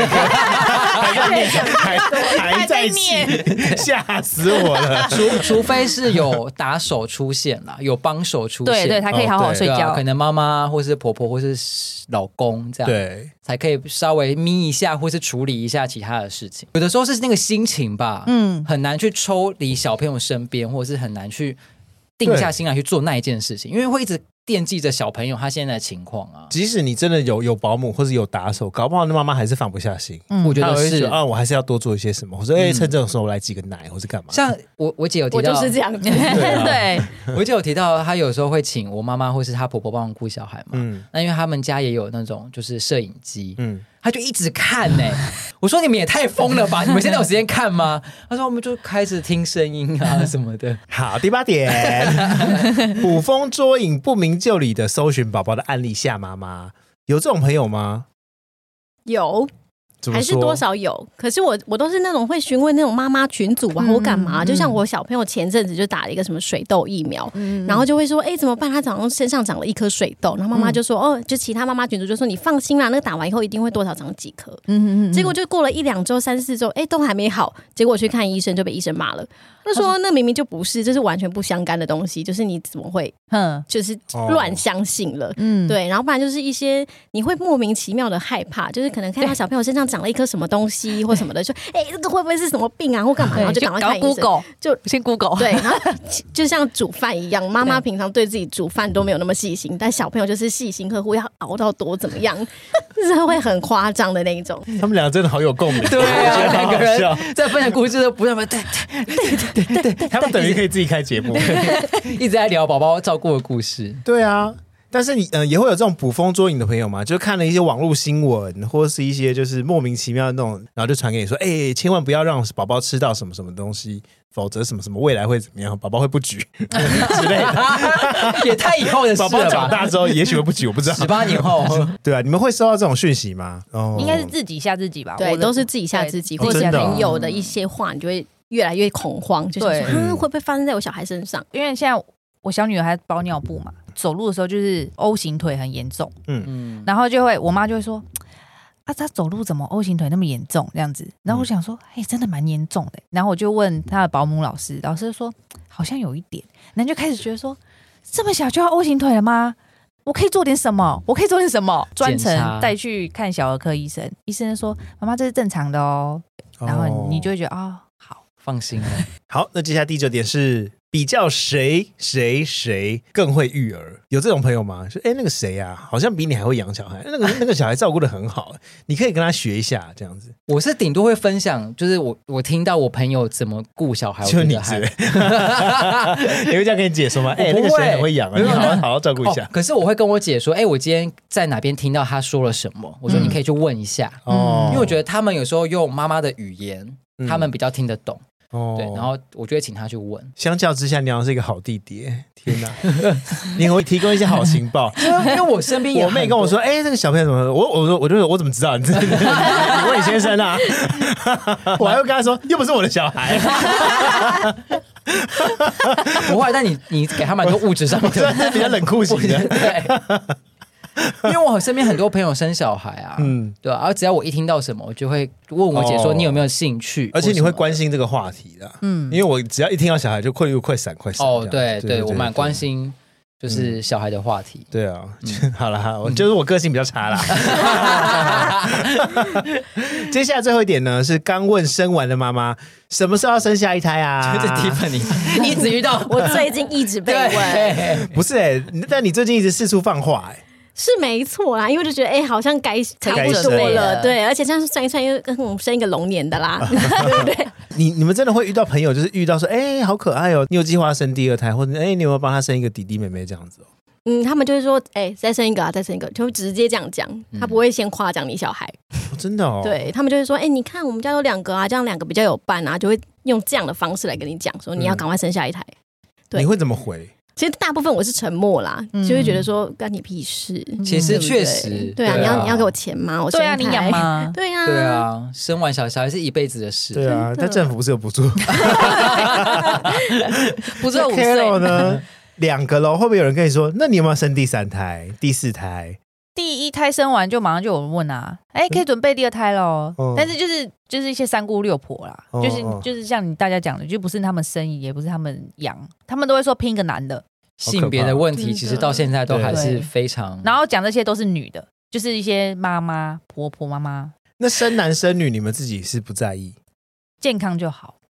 还在念，吓死我了！ 除非是有打手出现啦，有帮手出现， 对，才可以好好睡觉。 可能妈妈或是婆婆或是老公这样， 对， 才可以稍微眯一下或是处理一下其他的事情。有的时候是那个心情吧，很难去抽离小朋友身边，或者是很难去定下心来去做那一件事情，因为会一直惦记着小朋友他现在的情况啊。 即使你真的有保姆或者有打手，搞不好那妈妈还是放不下心。 我觉得是啊，我还是要多做一些什么，或者趁这种时候来挤个奶，或是干嘛。 像我姐有提到， 我就是这样子。 对， 我姐有提到，她有时候会请我妈妈或是她婆婆帮忙顾小孩嘛。那因为他们家也有那种就是摄影机，她就一直看呢。我说你们也太疯了吧！你们现在有时间看吗？她说我们就开始听声音啊什么的。 好，第8点，捕风捉影、不明就里的搜寻宝宝的案例吓妈妈，有这种朋友吗？ 有。还是多少有，可是我都是那种会询问那种妈妈群组啊，或干嘛。就像我小朋友前阵子就打了一个什么水痘疫苗，然后就会说，怎么办？他早上身上长了一颗水痘，然后妈妈就说，就其他妈妈群组就说，你放心啦，那个打完以后一定会多少长几颗。结果就过了1、2周、3、4周，都还没好，结果去看医生就被医生骂了。他说那明明就不是，这是完全不相干的东西，就是你怎么会就是乱相信了。对，然后不然就是一些你会莫名其妙的害怕，就是可能看到小朋友身上长了一颗什么东西或什么的，说这个会不会是什么病啊或干嘛，然后就赶快看医生。 Google 就先 Google。 对，然后就像煮饭一样，妈妈平常对自己煮饭都没有那么细心，但小朋友就是细心呵护，要熬到多怎么样，就是会很夸张的那一种。 他们俩真的好有共鸣。 对啊，两个人在分享故事都不那么对， 他们等于可以自己开节目， 一直在聊宝宝照顾的故事。 对啊。但是你也会有这种捕风捉影的朋友吗？就看了一些网络新闻，或者是一些就是莫名其妙的那种，然后就传给你说，千万不要让宝宝吃到什么什么东西，否则什么什么未来会怎么样，宝宝会不举之类的。 也太以后的事了吧。 宝宝长大之后也许会不举，我不知道。 18年后， 对啊，你们会收到这种讯息吗？ 应该是自己吓自己吧？ 对，都是自己吓自己，或者朋友的一些话，你就会越来越恐慌，就想说会不会发生在我小孩身上？ 因为现在我小女儿还包尿布嘛，走路的时候就是 O 型腿很严重，然后我妈就会说她走路怎么 O 型腿那么严重这样子，然后我想说真的蛮严重的，然后我就问她的保姆老师就说好像有一点，然后就开始觉得说这么小就要 O 型腿了吗？我可以做点什么？专程带去看小儿科医生，医生说妈妈这是正常的哦，然后你就会觉得好放心了。 好，那接下来第9点是比较谁更会育儿，有这种朋友吗？说那个谁啊，好像比你还会养小孩，那个小孩照顾得很好，你可以跟他学一下这样子。 我是顶多会分享，就是我听到我朋友怎么顾小孩， 就你这你会这样跟你姐说吗？那个谁很会养啊，你好好照顾一下。 可是我会跟我姐说，我今天在哪边听到他说了什么，我说你可以去问一下，因为我觉得他们有时候用妈妈的语言，他们比较听得懂。对，然后我就会请他去问。 相较之下，你好像是一个好弟弟，天哪！你会提供一些好情报， 因为我身边我妹跟我说，这个小朋友怎么？我就我怎么知道？你问你先生啊？我还会跟他说，又不是我的小孩。 不会，但你给他蛮多物质上面的， 比较冷酷型的。 对。因为我身边很多朋友生小孩啊，对吧？然后只要我一听到什么，我就会问我姐说你有没有兴趣， 而且你会关心这个话题的，因为我只要一听到小孩就快闪。 对，我蛮关心就是小孩的话题。 对啊，好了，就是我个性比较差啦。接下来最后一点呢，是刚问生完的妈妈什么时候要生下一胎啊？ 就是 Tiffany 一直遇到， 我最近一直被问， 不是但你最近一直四处放话是没错啦，因为就觉得好像该差不多了，对，而且这样算一算，又跟我们生一个龙年的啦，对不对？ 你们真的会遇到朋友，就是遇到说，好可爱哦，你有计划生第2胎，或者你有没有帮他生一个弟弟妹妹这样子哦？ 他们就会说，再生一个啊，再生一个，就直接这样讲，他不会先夸奖你小孩， 真的哦。 对，他们就会说，你看我们家有2个啊，这样2个比较有伴啊，就会用这样的方式来跟你讲，说你要赶快生下一胎。对， 你会怎么回？ 其实大部分我是沉默啦，就会觉得说干你屁事。 其实确实， 对啊，你要给我钱吗？我对啊，你养吗？ 对啊，生完小孩是一辈子的事。 对啊，但政府不是有补助？ 补助5岁 Carol 呢？2个咯，会不会有人跟你说，那你有没有生第3胎、第4胎？ 第1胎生完就马上就有人问啊，可以准备第2胎咯。但是就是一些三姑六婆啦，就是像你大家讲的，就不是他们生也不是他们养，他们都会说拼一个男的。 性别的问题其实到现在都还是非常， 然后讲这些都是女的，就是一些妈妈、婆婆妈妈。 那生男生女你们自己是不在意？ 健康就好。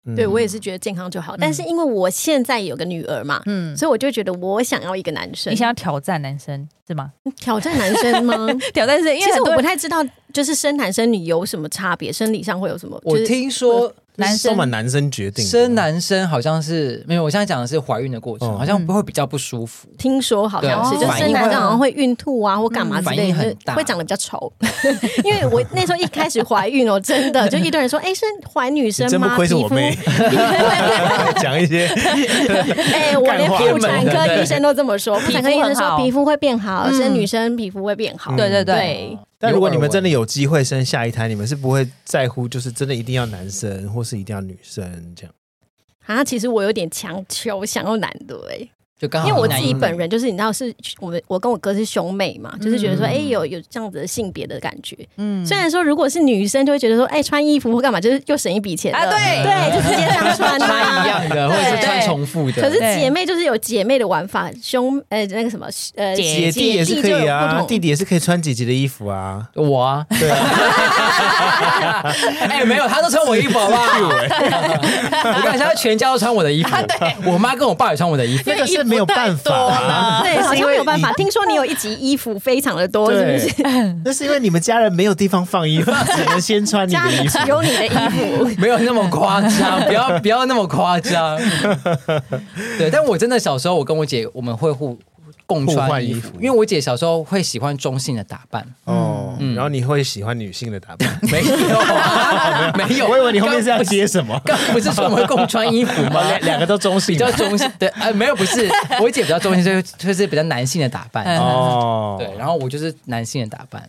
对我也是觉得健康就好，但是因为我现在有个女儿嘛，所以我就觉得我想要一个男生。 你想要挑战男生是吗？ 挑战男生吗？ 挑战是因为其实我不太知道，就是生男生女有什么差别，生理上会有什么？ 我听说。 男生嘛，男生决定生男生好像是没有，我现在讲的是怀孕的过程，好像会比较不舒服。 听说好像是，就生男生好像会孕吐啊，或干嘛之类的，会长得比较丑。因为我那时候一开始怀孕哦，真的就一堆人说，哎，是怀女生吗？ 真不愧是我妹，讲一些。 哎，我连妇产科医生都这么说，妇产科医生说皮肤会变好，生女生皮肤会变好。 对。 但如果你们真的有机会生下一胎，你们是不会在乎，就是真的一定要男生，或是一定要女生这样啊？其实我有点强求想要男的就刚好因为我自己本人就是你知道是我跟我哥是兄妹嘛，就是觉得说有这样子的性别的感觉。虽然说如果是女生就会觉得说穿衣服或干嘛就是又省一笔钱了对，就直接这样穿一样的或者是穿重复的。 可是姐妹就是有姐妹的玩法，那个什么姐弟也是可以啊，弟弟也是可以穿姐姐的衣服啊。 我啊，对啊。没有，他都穿我衣服好不好？我看现在全家都穿我的衣服，我妈跟我爸也穿我的衣服。 那个是没有办法对，好像没有办法。听说你有一集衣服非常的多，是不是？ 那是因为你们家人没有地方放衣服，只能先穿你的衣服。 只有你的衣服， 没有那么夸张，不要那么夸张。对，但我真的小时候，我跟我姐我们会共穿衣服，因为我姐小时候会喜欢中性的打扮然后你会喜欢女性的打扮？ 没有啊，没有。 我以为你后面是要接什么？ 刚不是说我们会共穿衣服吗？ 两个都中性， 比较中性。对，没有，不是，我姐比较中性，就是比较男性的打扮。对，然后我就是男性的打扮。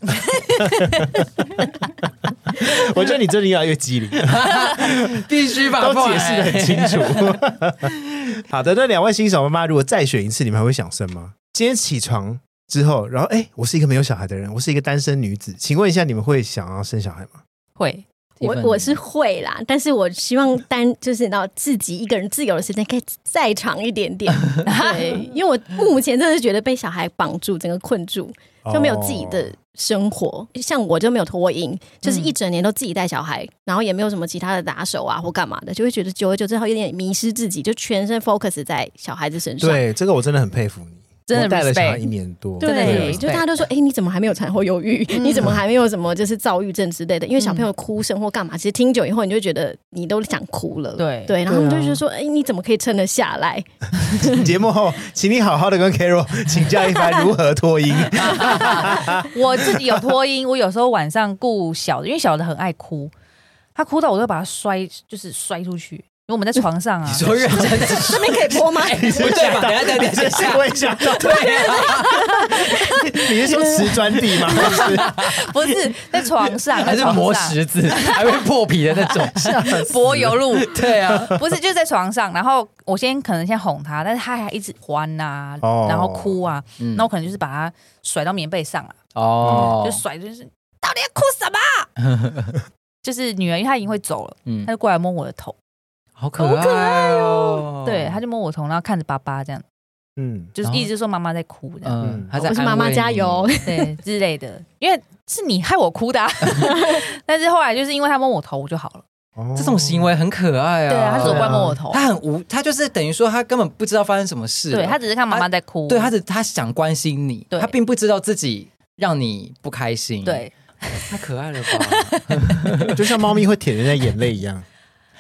我觉得你真的越来越机灵， 必须把都解释得很清楚。好的，那两位新手妈妈，如果再选一次，你们还会想生吗？今天起床之后，然后我是一个没有小孩的人，我是一个单身女子，请问一下，你们会想要生小孩吗？ 会， 我是会啦，但是我希望就是到自己一个人自由的时间可以再长一点点。对，因为我目前真的是觉得被小孩绑住，整个困住，就没有自己的生活。像我就没有托婴，就是一整年都自己带小孩，然后也没有什么其他的打手啊或干嘛的，就会觉得久而久之后有点迷失自己，就全身 focus 在小孩子身上。 对，这个我真的很佩服你。 真的带了小孩1年多， 对，就大家都说，你怎么还没有产后忧郁？你怎么还没有什么就是躁郁症之类的？因为小朋友哭声或干嘛，其实听久以后，你就觉得你都想哭了。对，然后他们就觉得说，你怎么可以撑得下来？ 节目后，请你好好的跟 Carol 请教一番如何托婴。 我自己有托婴，我有时候晚上顾小的，因为小的很爱哭，他哭到我都把他摔出去。因为我们在床上啊， 你说认真的， 上面可以播吗？ 不对吧？等一下， 我也想到，对啊，你是说瓷砖地吗？ 不是，在床上， 还是磨石子，还会破皮的那种， 柏油路。 对啊， 不是，就是在床上，然后我可能先哄他，但是他还一直欢啊，然后哭啊，那我可能就是把他甩到棉被上啊，就甩，就是到底要哭什么？就是女儿，因为她已经会走了，她就过来摸我的头。 好可爱哦！ 对，他就摸我头，然后看着爸爸这样，就是一直说妈妈在哭这样， 我是妈妈加油， 对之类的，因为是你害我哭的，但是后来就是因为他摸我头我就好了。 这种行为很可爱啊！ 对啊，他只是摸我头， 他就是等于说他根本不知道发生什么事， 对他只是看妈妈在哭， 对他想关心你，他并不知道自己让你不开心， 对， 太可爱了吧？ 就像猫咪会舔人家眼泪一样。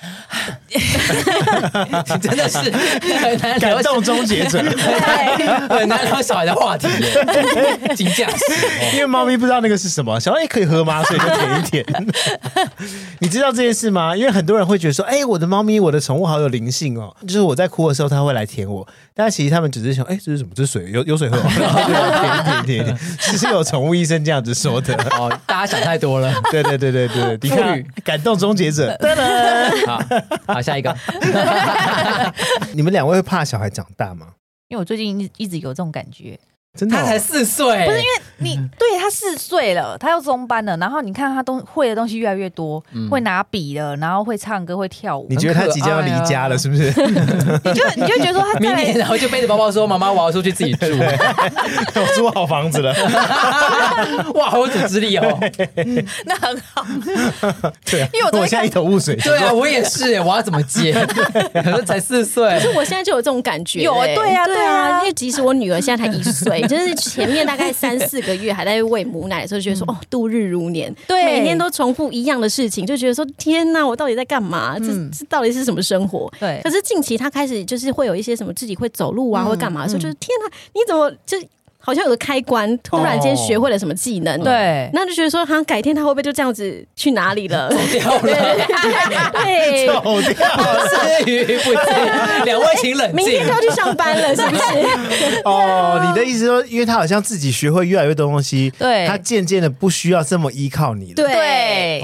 真的是很难感动终结者， 很难聊小孩的话题耶，惊驾因为猫咪不知道那个是什么，小孩可以喝吗？所以就舔一舔。你知道这件事吗？因为很多人会觉得说，我的猫咪，我的宠物好有灵性哦，就是我在哭的时候，它会来舔我。但其实他们只是想，这是什么？这是水，有水喝，舔。是有宠物医生这样子说的哦，大家想太多了。 对，你看，感动终结者。 好，下一个。 你们两位会怕小孩长大吗？ 因为我最近一直有这种感觉， 真的、 他才4岁， 不是因为你对他4岁了，他要中班了，然后你看他会的东西越来越多，会拿笔了，然后会唱歌，会跳舞。 你觉得他即将要离家了，是不是？ 你就觉得说他明年然后就背着包包说：“妈妈，我要出去自己住， 我租好房子了。” 哇，好有组织力哦！ 那很好。 对啊， 因为我现在一头雾水。 对啊，我也是，我要怎么接？可是才4岁， 可是我现在就有这种感觉。 有对啊， 因为即使我女儿现在才1岁，就是前面大概3-4个月还在喂母奶的时候，觉得说哦，度日如年， 对， 每天都重复一样的事情，就觉得说天哪，我到底在干嘛？这到底是什么生活？ 对。 可是近期他开始就是会有一些什么自己会走路啊，或干嘛的时候，就是天哪，你怎么就好像有个开关，突然间学会了什么技能？ 对， 那就觉得说，他改天他会不会就这样子去哪里了？ 走掉了， 对， 走掉了， 至于不至于。2位请冷静， 明天就要去上班了，是不是？ 哦，你的意思说，因为他好像自己学会越来越多东西， 对， 他渐渐的不需要这么依靠你了。 对，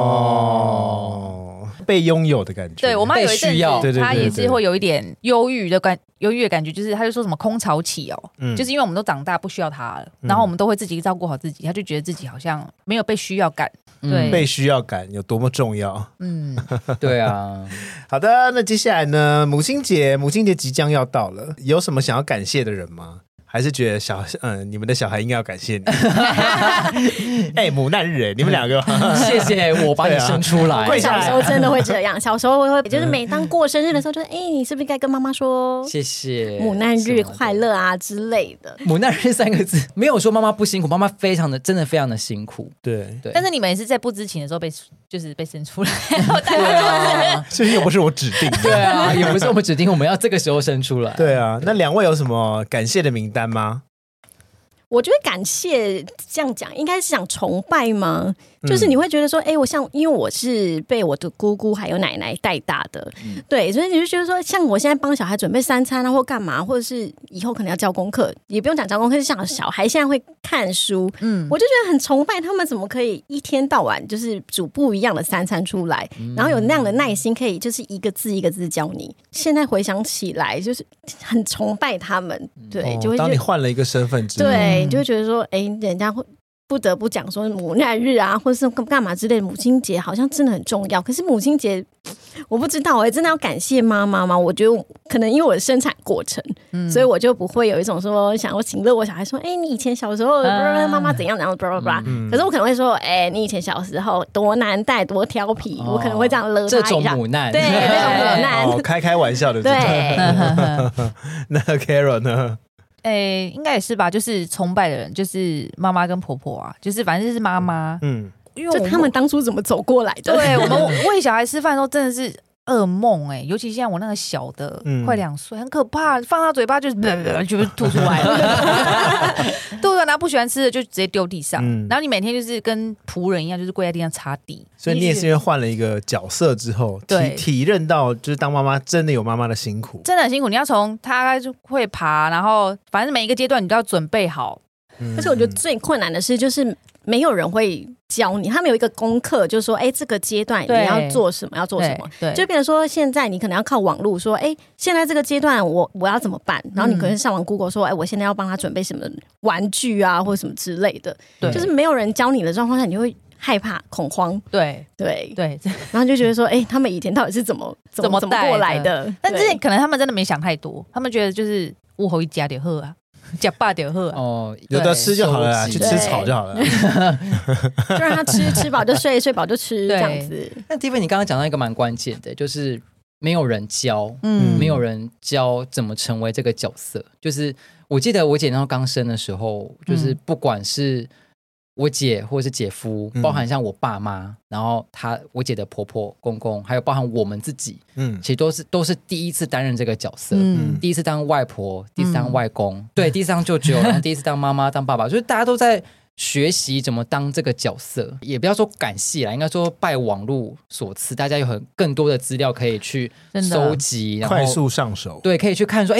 被拥有的感觉。 对我妈有一阵子，她也是会有一点忧郁的感觉，就是她就说什么空巢期哦，就是因为我们都长大不需要她了，然后我们都会自己照顾好自己，她就觉得自己好像没有被需要感。对， 被需要感有多么重要。 对啊。 好的，那接下来呢？母亲节即将要到了，有什么想要感谢的人吗？还是觉得你们的小孩应该要感谢你？母难日，你们2个， 谢谢我把你生出来。 小时候真的会这样，小时候会就是每当过生日的时候，就你是不是该跟妈妈说谢谢母难日快乐啊之类的？ 母难日3个字没有说妈妈不辛苦，妈妈真的非常的辛苦。 对， 但是你们也是在不知情的时候被生出来， 对啊， 所以又不是我指定的。 对啊，也不是我们指定我们要这个时候生出来。 对啊，那2位有什么感谢的名单吗？ 我觉得感谢这样讲，应该是想崇拜吗？就是你会觉得说，因为我是被我的姑姑还有奶奶带大的，对，所以你就觉得说，像我现在帮小孩准备3餐啊，或干嘛，或者是以后可能要教功课，也不用讲教功课，是像小孩现在会看书，我就觉得很崇拜他们怎么可以一天到晚就是煮不一样的3餐出来，然后有那样的耐心，可以就是一个字一个字教你。现在回想起来，就是很崇拜他们，对，就会当你换了一个身份之后， 对，就会觉得说，人家会。不得不讲说母难日啊，或是干嘛之类的，母亲节好像真的很重要。可是母亲节，我不知道真的要感谢妈妈吗？我觉得可能因为我的生产过程，所以我就不会有一种说想要请乐我小孩说，你以前小时候妈妈怎样怎样，可是我可能会说，你以前小时候多难带多挑皮，我可能会这样勒他一下。 这种母难， 对，这种母难， 开玩笑的。 对。 那 Carol 呢？ 应该也是吧，就是崇拜的人，就是妈妈跟婆婆啊，就是反正就是妈妈， 因为他们当初怎么走过来的？ 对，我们喂小孩吃饭的时候真的是噩梦尤其现在我那个小的快2岁，很可怕，放到嘴巴就是吐出来了，对，然后不喜欢吃的就直接丢地上，然后你每天就是跟仆人一样，就是跪在地上擦地。 所以你也是因为换了一个角色之后，体认到就是当妈妈真的有妈妈的辛苦， 真的很辛苦。你要从他就会爬，然后反正每一个阶段你都要准备好。 而且我觉得最困难的是，就是没有人会教你，他们有一个功课，就是说，这个阶段你要做什么，要做什么，对，就变成说，现在你可能要靠网络说，现在这个阶段我要怎么办？然后你可能上网 Google 说，我现在要帮他准备什么玩具啊，或者什么之类的，对，就是没有人教你的状况下，你就会害怕、恐慌，对，然后就觉得说，他们以前到底是怎么过来的？ 但之前可能他们真的没想太多，他们觉得就是物后一家就好啊。假爸就好有的吃就好了啦，去吃草就好了， 就让他吃饱就睡，睡饱就吃这样子。 那 Tiffany 你刚刚讲到一个蛮关键的，就是没有人教，没有人教怎么成为这个角色。就是我记得我姐那时候刚生的时候，就是不管是我姐或者是姐夫，包含像我爸妈，然后我姐的婆婆公公，还有包含我们自己，其实都是第一次担任这个角色，第一次当外婆，第一次当外公，对，第一次当舅舅，然后第一次当妈妈当爸爸，就是大家都在学习怎么当这个角色，也不要说感谢啦，应该说拜网络所赐，大家有更多的资料可以去收集，然后快速上手， 对，可以去看说，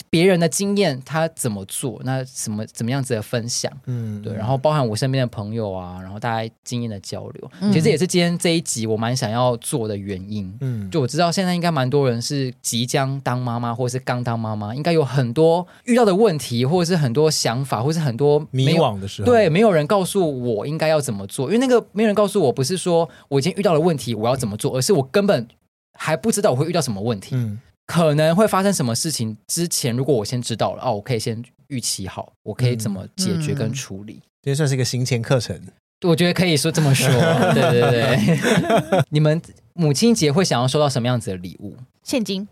别人的经验他怎么做，那怎么样子的分享，对，然后包含我身边的朋友啊，然后大家经验的交流，其实这也是今天这一集我蛮想要做的原因。就我知道现在应该蛮多人是即将当妈妈，或者是刚当妈妈，应该有很多遇到的问题，或者是很多想法，或者是很多迷惘的时候， 对，没有人告诉我应该要怎么做，因为那个没有人告诉我，不是说我已经遇到了问题我要怎么做，而是我根本还不知道我会遇到什么问题，可能会发生什么事情之前，如果我先知道了，我可以先预期好，我可以怎么解决跟处理， 这算是一个行前课程。 我觉得可以说这么说。对。你们母亲节会想要收到什么样子的礼物？ 现金。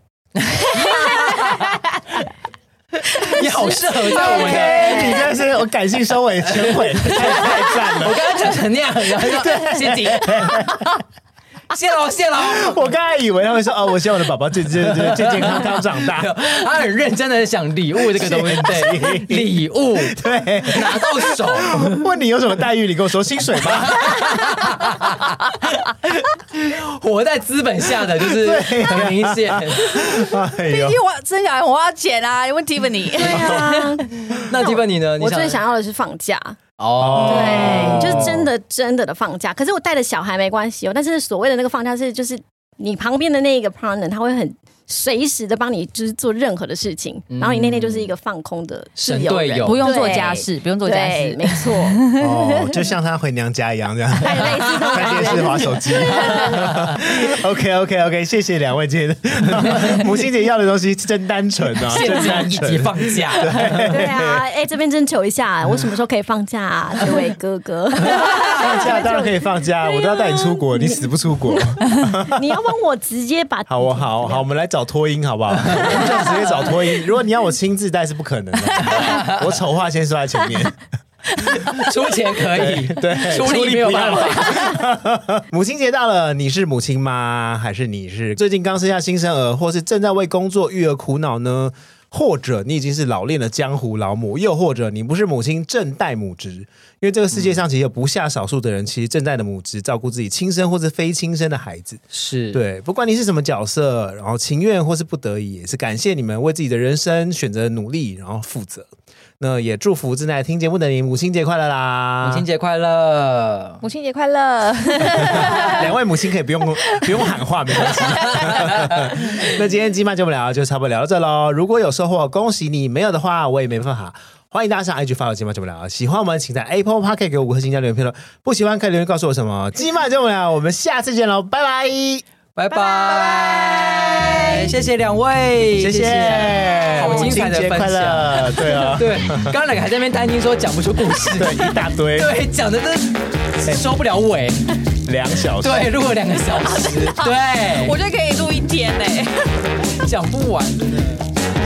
你好适合在我的， 你真的是我感性收尾全毁，太赞了！ 我刚刚讲成那样，然后说现金。谢喽！ 我刚才以为他会说我希望我的宝宝健康康长大。 他很认真的想礼物这个东西，对，礼物， 对， 拿到手。 问你有什么待遇，你跟我说薪水吧。 活在资本下的就是很明显。 毕竟我生小孩我要钱啊，你问 Tiffany。 对啊， 那 Tiffany 呢？ 我最想要的是放假。 对， 就是真的放假。可是我带着小孩没关系但是所谓的那个放假是，就是你旁边的那个 partner 他会很随时的帮你就是做任何的事情，然后你那天就是一个放空的室友人， 不用做家事，不用做家事， 没错。 就像他回娘家一样，这样类似看电视滑手机。OK， 谢谢两位今天母亲节要的东西真单纯啊， 现在一起放假。 对啊，这边征求一下，我什么时候可以放假啊？这位哥哥， 放假当然可以放假，我都要带你出国，你死不出国？ 你要帮我直接把好，我们来找托婴好不好？就直接找托婴。如果你要我亲自带是不可能的，我丑话先说在前面。 出钱可以， 对， 出力没有办法。 母亲节到了，你是母亲吗？还是你是最近刚生下新生儿，或是正在为工作育儿苦恼呢？或者你已经是老练的江湖老母，又或者你不是母亲正带母职，因为这个世界上其实有不下少数的人，其实正带的母职照顾自己亲生或是非亲生的孩子。 是对，不管你是什么角色，然后情愿或是不得已，也是感谢你们为自己的人生选择努力，然后负责。那也祝福正在听节目的你，母亲节快乐啦！ 母亲节快乐！ 母亲节快乐！ 两位母亲可以不用喊话，没关系。那今天鸡妈节目聊就差不多聊到这喽。如果有收获，恭喜你；没有的话，我也没办法。欢迎大家上 IG follow 鸡妈节目聊。喜欢我们，请在 Apple Podcast 给我5颗星加留言评论。不喜欢可以留言告诉我什么。鸡妈节目聊，我们下次见喽，拜拜。 拜拜，谢谢两位， 谢谢， 好精彩的分享， 对啊， 对，刚刚两个还在那边担心说讲不出故事， 对，一大堆， 对，讲的真收不了尾 ，2小时， 对，录了2个小时，对， 我觉得可以录1天呢， 讲不完，真的。